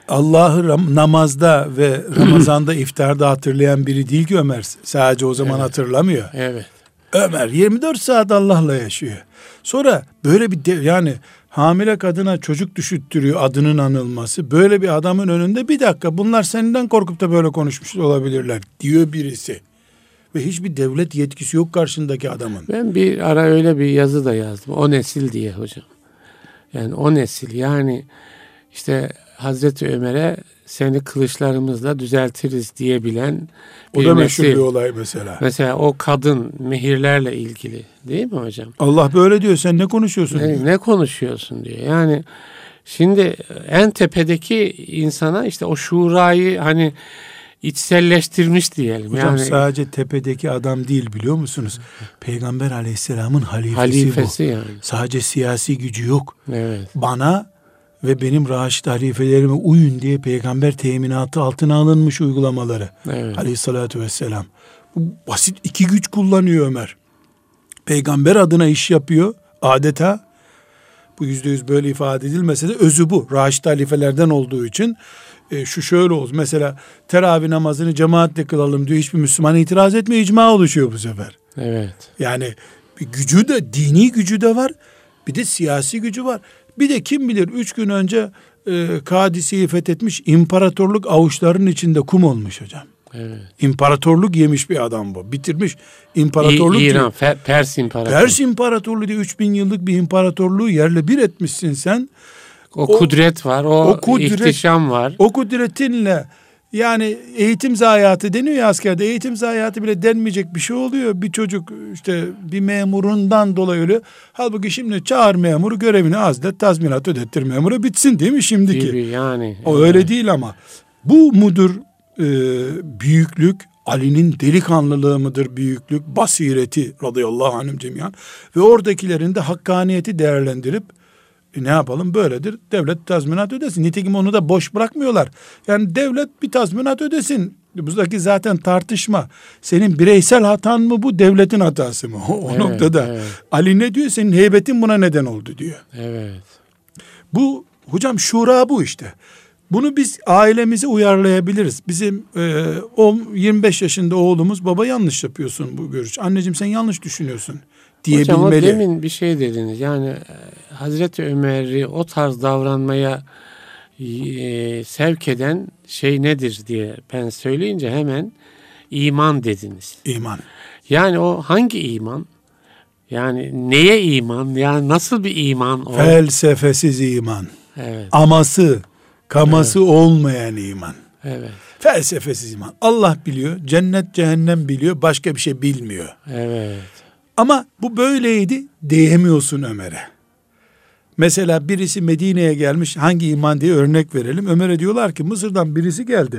Speaker 2: Allah'ı ram- namazda ve Ramazan'da iftarda hatırlayan biri değil ki Ömer. Sadece o zaman
Speaker 1: Evet.
Speaker 2: hatırlamıyor.
Speaker 1: Evet.
Speaker 2: Ömer yirmi dört saat Allah'la yaşıyor. Sonra böyle bir de, yani hamile kadına çocuk düşüttürüyor adının anılması. Böyle bir adamın önünde bir dakika bunlar senden korkup da böyle konuşmuş olabilirler diyor birisi. Ve hiçbir devlet yetkisi yok karşındaki adamın.
Speaker 1: Ben bir ara öyle bir yazı da yazdım. O nesil diye hocam. Yani o nesil, yani işte Hazreti Ömer'e seni kılıçlarımızla düzeltiriz diyebilen
Speaker 2: O
Speaker 1: bir
Speaker 2: da meşhur
Speaker 1: nesil.
Speaker 2: bir olay mesela.
Speaker 1: Mesela o kadın mehirlerle ilgili değil mi hocam?
Speaker 2: Allah böyle diyor, sen ne konuşuyorsun diyor.
Speaker 1: Ne, ne konuşuyorsun diyor. Yani şimdi en tepedeki insana işte o şurayı hani içselleştirmiş diyelim.
Speaker 2: Hocam
Speaker 1: yani
Speaker 2: sadece tepedeki adam değil, biliyor musunuz? Peygamber aleyhisselamın halifesi,
Speaker 1: halifesi
Speaker 2: bu.
Speaker 1: yani.
Speaker 2: Sadece siyasi gücü yok.
Speaker 1: Evet.
Speaker 2: Bana ve benim raşid halifelerime uyun diye peygamber teminatı altına alınmış uygulamaları.
Speaker 1: Evet.
Speaker 2: Aleyhissalatü vesselam. Bu basit iki güç kullanıyor Ömer. Peygamber adına iş yapıyor adeta. Bu yüzde yüz böyle ifade edilmese de özü bu. Raşid halifelerden olduğu için e, şu şöyle olsun. Mesela teravih namazını cemaatle kılalım diyor. Hiçbir Müslüman itiraz etmiyor. İcma oluşuyor bu sefer.
Speaker 1: Evet.
Speaker 2: Yani bir gücü de, dini gücü de var. Bir de siyasi gücü var. Bir de kim bilir üç gün önce e, Kadisi'yi fethetmiş, imparatorluk avuçlarının içinde kum olmuş hocam.
Speaker 1: Evet.
Speaker 2: İmparatorluk yemiş bir adam bu. Bitirmiş imparatorluk.
Speaker 1: İ- İran,
Speaker 2: diyor.
Speaker 1: Fe- Pers İmparatorluğu.
Speaker 2: Pers İmparatorluğu diye üç bin yıllık bir imparatorluğu yerle bir etmişsin sen.
Speaker 1: O,
Speaker 2: O-
Speaker 1: kudret var, o,
Speaker 2: o kudret-
Speaker 1: ihtişam var.
Speaker 2: O kudretinle, yani eğitim zayiatı deniyor ya askerde, eğitim zayiatı bile denmeyecek bir şey oluyor. Bir çocuk işte bir memurundan dolayı ölüyor. Halbuki şimdi çağır memuru, görevini azlet, tazminat ödettir memura, bitsin değil mi şimdiki?
Speaker 1: Gibi yani.
Speaker 2: O öyle değil ama. Bu mudur e, büyüklük? Ali'nin delikanlılığı mıdır büyüklük? Basireti radıyallahu anhüm cemiyan. Ve oradakilerin de hakkaniyeti değerlendirip e ne yapalım, böyledir. Devlet tazminat ödesin. Nitekim onu da boş bırakmıyorlar. Yani devlet bir tazminat ödesin. Buradaki zaten tartışma. Senin bireysel hatan mı bu, devletin hatası mı? O, o
Speaker 1: Evet,
Speaker 2: noktada.
Speaker 1: evet.
Speaker 2: Ali ne diyor? Senin heybetin buna neden oldu diyor.
Speaker 1: Evet.
Speaker 2: Bu hocam şura bu işte. Bunu biz ailemize uyarlayabiliriz. Bizim e, o yirmi beş yaşında oğlumuz, baba yanlış yapıyorsun bu görüş. Anneciğim sen yanlış düşünüyorsun
Speaker 1: Hocam o
Speaker 2: diyebilmeli.
Speaker 1: demin bir şey dediniz. Yani e, Hazreti Ömer'i o tarz davranmaya e, sevk eden şey nedir diye ben söyleyince hemen iman dediniz.
Speaker 2: İman.
Speaker 1: Yani o hangi iman? Yani neye iman? Yani nasıl bir iman o?
Speaker 2: Felsefesiz iman.
Speaker 1: Evet.
Speaker 2: Aması, kaması olmayan iman.
Speaker 1: Evet.
Speaker 2: Felsefesiz iman. Allah biliyor, cennet cehennem biliyor, başka bir şey bilmiyor.
Speaker 1: Evet.
Speaker 2: Ama bu böyleydi diyemiyorsun Ömer'e. Mesela birisi Medine'ye gelmiş, hangi iman diye örnek verelim. Ömer'e diyorlar ki Mısır'dan birisi geldi.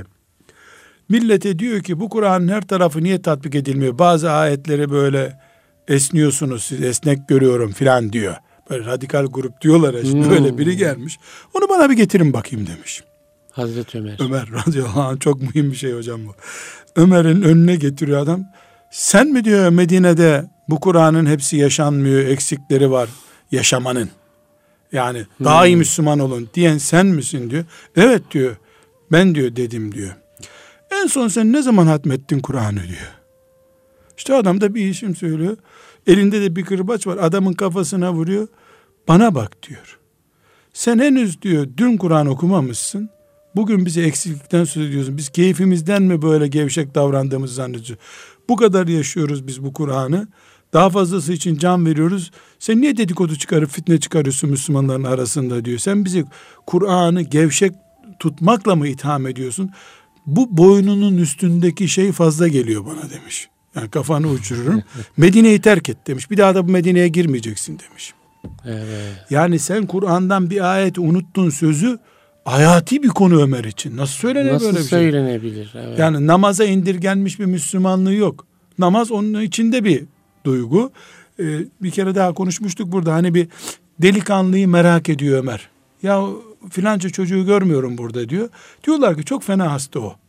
Speaker 2: Millete diyor ki bu Kur'an'ın her tarafı niye tatbik edilmiyor? Bazı ayetleri böyle esniyorsunuz, siz esnek görüyorum filan diyor. Böyle radikal grup diyorlar ya, işte
Speaker 1: Hmm.
Speaker 2: böyle biri gelmiş. Onu bana bir getirin bakayım demiş.
Speaker 1: Hazreti Ömer.
Speaker 2: Ömer radıyallahu anh, çok mühim bir şey hocam bu. Ömer'in önüne getiriyor adam. Sen mi diyor Medine'de bu Kur'an'ın hepsi yaşanmıyor, eksikleri var yaşamanın. Yani
Speaker 1: Hmm.
Speaker 2: daha iyi Müslüman olun diyen sen misin diyor. Evet diyor. Ben diyor dedim diyor. En son sen ne zaman hatmettin Kur'an'ı diyor. İşte adam da bir işim söylüyor. Elinde de bir kırbaç var. Adamın kafasına vuruyor. Bana bak diyor. Sen henüz diyor dün Kur'an okumamışsın. Bugün bize eksiklikten söz ediyorsun. Biz keyfimizden mi böyle gevşek davrandığımızı zannediyoruz. Bu kadar yaşıyoruz biz bu Kur'an'ı. Daha fazlası için can veriyoruz. Sen niye dedikodu çıkarıp fitne çıkarıyorsun Müslümanların arasında diyor. Sen bizi Kur'an'ı gevşek tutmakla mı itham ediyorsun? Bu boynunun üstündeki şey fazla geliyor bana demiş. Yani kafanı uçururum. Medine'yi terk et demiş. Bir daha da bu Medine'ye girmeyeceksin demiş.
Speaker 1: Evet.
Speaker 2: Yani sen Kur'an'dan bir ayeti unuttun sözü hayati bir konu Ömer için. Nasıl söylenir
Speaker 1: Nasıl
Speaker 2: böyle bir şey?
Speaker 1: söylenebilir? Evet.
Speaker 2: Yani namaza indirgenmiş bir Müslümanlığı yok. Namaz onun içinde bir duygu. Ee, bir kere daha konuşmuştuk burada. Hani bir delikanlıyı merak ediyor Ömer. Ya filanca çocuğu görmüyorum burada diyor. Diyorlar ki çok fena hasta o.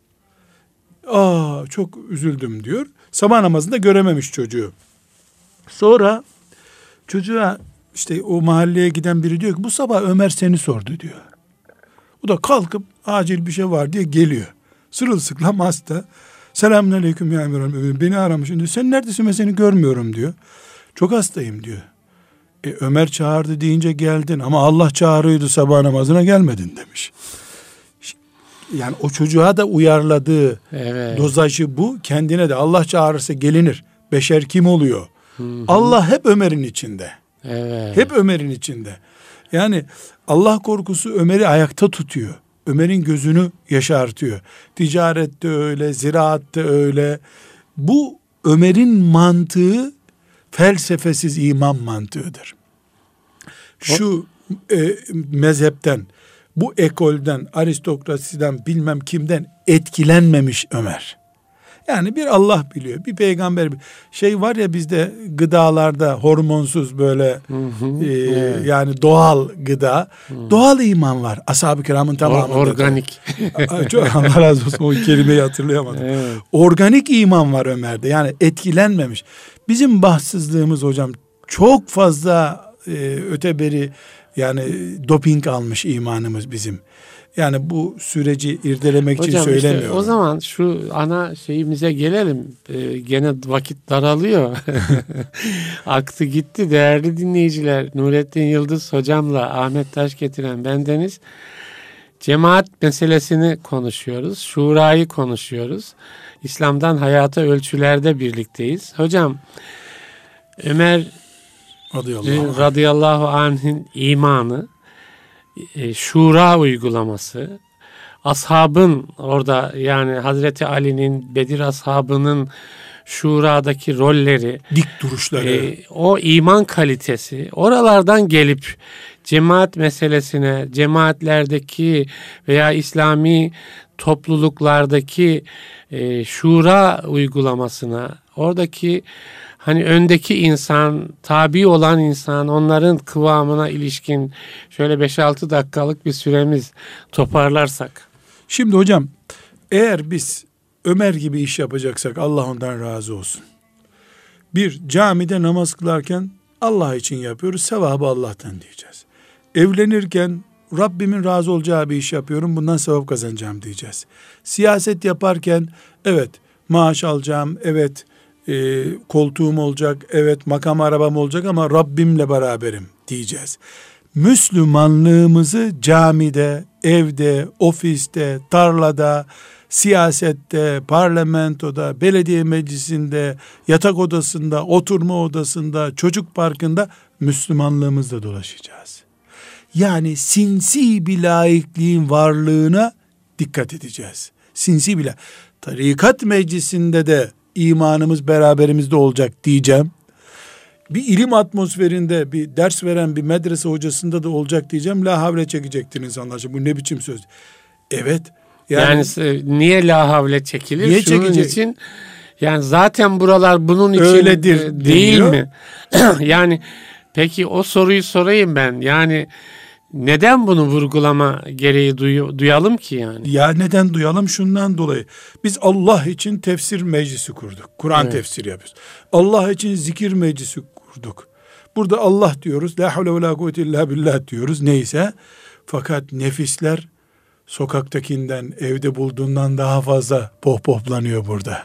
Speaker 2: Aa çok üzüldüm diyor. Sabah namazında görememiş çocuğu. Sonra çocuğa işte o mahalleye giden biri diyor ki bu sabah Ömer seni sordu diyor. O da kalkıp acil bir şey var diye geliyor. Sırılsıklam hasta. Selamünaleyküm ya Emir Hanım. Beni aramış. Diyor. Sen neredesin, ben seni görmüyorum diyor. Çok hastayım diyor. E, Ömer çağırdı deyince geldin ama Allah çağırıyordu, sabah namazına gelmedin demiş. Yani o çocuğa da uyarladığı evet. dozajı bu. Kendine de Allah çağırırsa gelinir. Beşer kim oluyor? Hı hı. Allah hep Ömer'in içinde. Evet. Hep Ömer'in içinde. Yani Allah korkusu Ömer'i ayakta tutuyor. Ömer'in gözünü yaşartıyor. Ticarette öyle, ziraatte öyle. Bu Ömer'in mantığı felsefesiz iman mantığıdır. Şu e, mezhepten, bu ekolden, aristokrasiden, bilmem kimden etkilenmemiş Ömer. Yani bir Allah biliyor, bir peygamber biliyor. Şey var ya bizde gıdalarda hormonsuz böyle hı hı, e, evet. yani doğal gıda, hı. doğal iman var. Ashab-ı kiramın tamamında.
Speaker 1: Organik.
Speaker 2: Çok Allah razı olsun, o kelimeyi hatırlayamadım. Evet. Organik iman var Ömer'de. Yani etkilenmemiş. Bizim bahtsızlığımız hocam çok fazla e, öteberi, yani doping almış imanımız bizim. Yani bu süreci irdelemek hocam, için söylemiyorum. Işte
Speaker 1: o zaman şu ana şeyimize gelelim. Ee, gene vakit daralıyor. Aktı gitti değerli dinleyiciler. Nurettin Yıldız hocamla Ahmet Taş getiren bendeniz. Cemaat meselesini konuşuyoruz. Şurayı konuşuyoruz. İslam'dan hayata ölçülerde birlikteyiz. Hocam Ömer radıyallahu, radıyallahu anh'in imanı, şura uygulaması, ashabın orada yani Hazreti Ali'nin, Bedir ashabının şuradaki rolleri,
Speaker 2: dik duruşları, e,
Speaker 1: o iman kalitesi, oralardan gelip cemaat meselesine, cemaatlerdeki veya İslami topluluklardaki e, şura uygulamasına, oradaki hani öndeki insan, tabi olan insan, onların kıvamına ilişkin şöyle beş altı dakikalık bir süremiz toparlarsak.
Speaker 2: Şimdi hocam, eğer biz Ömer gibi iş yapacaksak Allah ondan razı olsun. Bir, camide namaz kılarken Allah için yapıyoruz, sevabı Allah'tan diyeceğiz. Evlenirken Rabbimin razı olacağı bir iş yapıyorum, bundan sevap kazanacağım diyeceğiz. Siyaset yaparken evet maaş alacağım, evet e, koltuğum olacak, evet makam arabam olacak ama Rabbimle beraberim diyeceğiz. Müslümanlığımızı camide, evde, ofiste, tarlada, siyasette, parlamentoda, belediye meclisinde, yatak odasında, oturma odasında, çocuk parkında Müslümanlığımızla dolaşacağız. Yani sinsi bir laikliğin varlığına dikkat edeceğiz. Sinsi bile. Tarikat meclisinde de imanımız beraberimizde olacak diyeceğim. Bir ilim atmosferinde bir ders veren bir medrese hocasında da olacak diyeceğim. La havle çekecektir insanlar. Bu ne biçim söz? Evet.
Speaker 1: Yani, yani niye la havle çekilir?
Speaker 2: Niye
Speaker 1: Şunun
Speaker 2: çekecek?
Speaker 1: için yani zaten buralar bunun için
Speaker 2: öyledir
Speaker 1: değil
Speaker 2: deniyor.
Speaker 1: mi? Yani peki o soruyu sorayım ben. Yani neden bunu vurgulama gereği duy- duyalım ki yani?
Speaker 2: Ya neden duyalım? Şundan dolayı. Biz Allah için tefsir meclisi kurduk. Kur'an evet. tefsiri yapıyoruz. Allah için zikir meclisi kurduk. Burada Allah diyoruz. La havle ve la kuvvete illa billah diyoruz. Neyse. Fakat nefisler sokaktakinden, evde bulduğundan daha fazla pohpohlanıyor burada.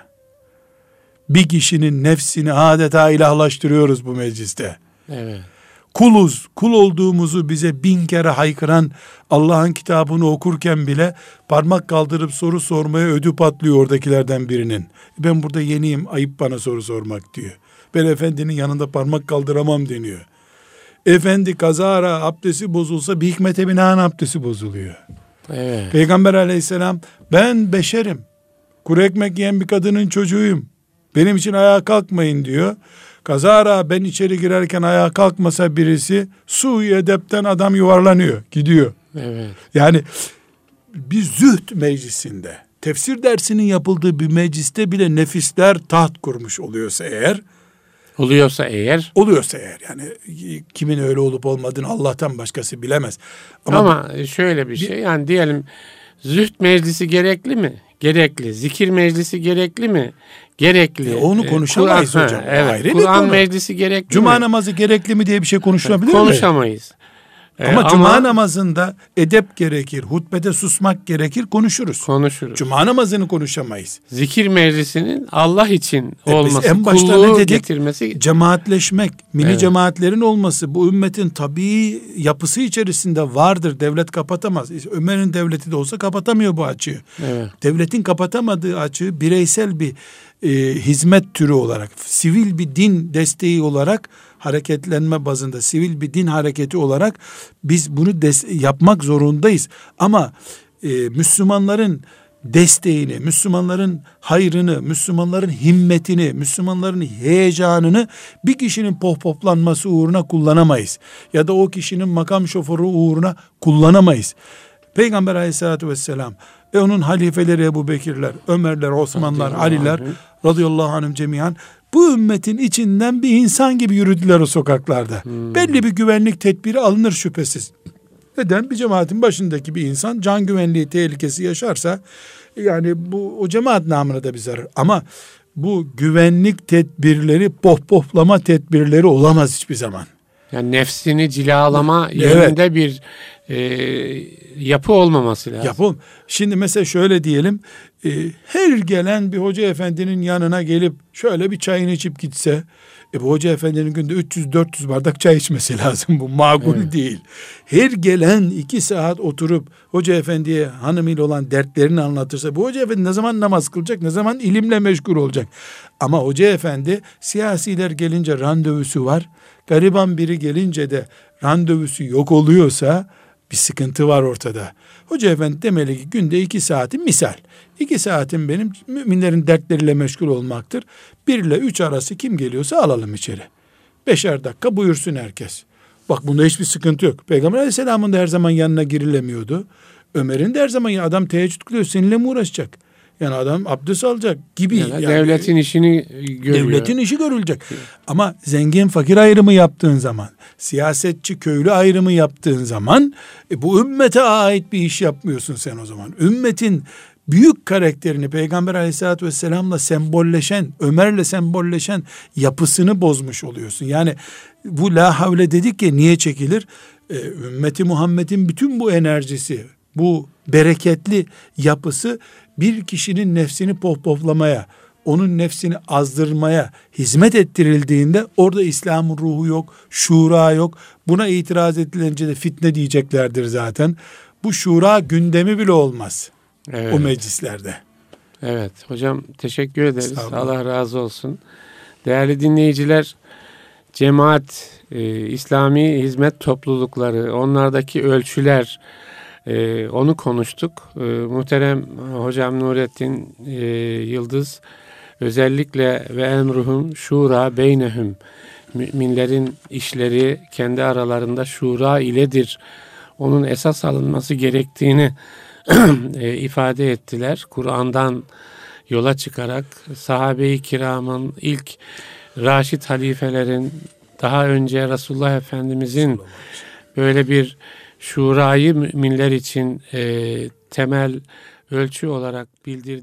Speaker 2: Bir kişinin nefsini adeta ilahlaştırıyoruz bu mecliste.
Speaker 1: Evet.
Speaker 2: Kuluz, kul olduğumuzu bize bin kere haykıran Allah'ın kitabını okurken bile parmak kaldırıp soru sormaya ödü patlıyor oradakilerden birinin. Ben burada yeniyim, ayıp bana soru sormak diyor. Ben efendinin yanında parmak kaldıramam deniyor. Efendi kazara abdesti bozulsa bir hikmete binaen abdesti bozuluyor.
Speaker 1: Evet.
Speaker 2: Peygamber aleyhisselam ben beşerim, kuru ekmek yiyen bir kadının çocuğuyum, benim için ayağa kalkmayın diyor. Kazara ben içeri girerken ayağa kalkmasa birisi su edepten adam yuvarlanıyor gidiyor.
Speaker 1: Evet.
Speaker 2: Yani bir zühd meclisinde, tefsir dersinin yapıldığı bir mecliste bile nefisler taht kurmuş oluyorsa eğer
Speaker 1: oluyorsa eğer
Speaker 2: oluyorsa eğer yani kimin öyle olup olmadığını Allah'tan başkası bilemez. Ama,
Speaker 1: Ama şöyle bir şey yani diyelim zühd meclisi gerekli mi? Gerekli. Zikir meclisi gerekli mi? Gerekli.
Speaker 2: E onu konuşamayız Kur'an, hocam.
Speaker 1: Ha, evet. Kur'an meclisi gerekli
Speaker 2: Cuma
Speaker 1: mi?
Speaker 2: namazı gerekli mi diye bir şey konuşulabilir mi?
Speaker 1: Konuşamayız. Ee,
Speaker 2: ama,
Speaker 1: ama
Speaker 2: cuma namazında edep gerekir, hutbede susmak gerekir, konuşuruz.
Speaker 1: Konuşuruz.
Speaker 2: Cuma namazını konuşamayız.
Speaker 1: Zikir meclisinin Allah için
Speaker 2: E
Speaker 1: olması,
Speaker 2: en başta
Speaker 1: kulluğu
Speaker 2: ne dedik?
Speaker 1: getirmesi.
Speaker 2: Cemaatleşmek, mini
Speaker 1: Evet.
Speaker 2: cemaatlerin olması bu ümmetin tabii yapısı içerisinde vardır. Devlet kapatamaz. Ömer'in devleti de olsa kapatamıyor bu açığı.
Speaker 1: Evet.
Speaker 2: Devletin kapatamadığı açığı bireysel bir e, hizmet türü olarak, sivil bir din desteği olarak, hareketlenme bazında sivil bir din hareketi olarak biz bunu des- yapmak zorundayız. Ama e, Müslümanların desteğini, Müslümanların hayrını, Müslümanların himmetini, Müslümanların heyecanını bir kişinin pohpoplanması uğruna kullanamayız. Ya da o kişinin makam şoförü uğruna kullanamayız. Peygamber aleyhissalatü vesselam ve onun halifeleri Ebu Bekirler, Ömerler, Osmanlar, Aliler radıyallahu anhum cemiyan bu ümmetin içinden bir insan gibi yürüdüler o sokaklarda. Hmm. Belli bir güvenlik tedbiri alınır şüphesiz. Neden? Bir cemaatin başındaki bir insan can güvenliği tehlikesi yaşarsa yani bu o cemaat namına da bir zarar. Ama bu güvenlik tedbirleri pohpohlama tedbirleri olamaz hiçbir zaman.
Speaker 1: Yani nefsini cilalama
Speaker 2: Evet.
Speaker 1: yönünde bir e, yapı olmaması lazım.
Speaker 2: Yapalım. Şimdi mesela şöyle diyelim. E, her gelen bir hoca efendinin yanına gelip şöyle bir çayını içip gitse, e, bu hoca efendinin günde üç yüz dört yüz bardak çay içmesi lazım. Bu makul
Speaker 1: Evet.
Speaker 2: değil. Her gelen iki saat oturup hoca efendiye hanımıyla olan dertlerini anlatırsa, bu hoca efendi ne zaman namaz kılacak, ne zaman ilimle meşgul olacak? Ama hoca efendi siyasiler gelince randevusu var. Gariban biri gelince de randevusu yok oluyorsa bir sıkıntı var ortada. Hoca efendi demeli ki günde iki saatim misal. iki saatim benim müminlerin dertleriyle meşgul olmaktır. Bir ile üç arası kim geliyorsa alalım içeri. Beşer dakika buyursun herkes. Bak bunda hiçbir sıkıntı yok. Peygamber aleyhisselamın da her zaman yanına girilemiyordu. Ömer'in de her zaman ya adam teheccüd kılıyor seninle mi uğraşacak? Yani adam abdest alacak gibi.
Speaker 1: Yani
Speaker 2: yani,
Speaker 1: devletin işini görüyor.
Speaker 2: Devletin işi görülecek. Ama zengin fakir ayrımı yaptığın zaman, siyasetçi köylü ayrımı yaptığın zaman e, bu ümmete ait bir iş yapmıyorsun sen o zaman. Ümmetin büyük karakterini Peygamber aleyhissalatü vesselamla sembolleşen, Ömer'le sembolleşen yapısını bozmuş oluyorsun. Yani bu la havle dedik ya niye çekilir? E, ümmeti Muhammed'in bütün bu enerjisi, bu bereketli yapısı bir kişinin nefsini pohpohlamaya, onun nefsini azdırmaya hizmet ettirildiğinde orada İslam'ın ruhu yok, şura yok. Buna itiraz edilince de fitne diyeceklerdir zaten. Bu şura gündemi bile olmaz
Speaker 1: Evet.
Speaker 2: o meclislerde.
Speaker 1: Evet hocam teşekkür ederiz.
Speaker 2: Sağ olun.
Speaker 1: Allah razı olsun. Değerli dinleyiciler, cemaat, e, İslami hizmet toplulukları, onlardaki ölçüler, e, onu konuştuk. E, muhterem hocam Nurettin e, Yıldız özellikle ve emruhum şura beynehum, müminlerin işleri kendi aralarında şura iledir, onun esas alınması gerektiğini e, ifade ettiler. Kur'an'dan yola çıkarak sahabe-i kiramın, ilk Raşid halifelerin, daha önce Resulullah Efendimizin böyle bir şurayı müminler için e, temel ölçü olarak bildirdiği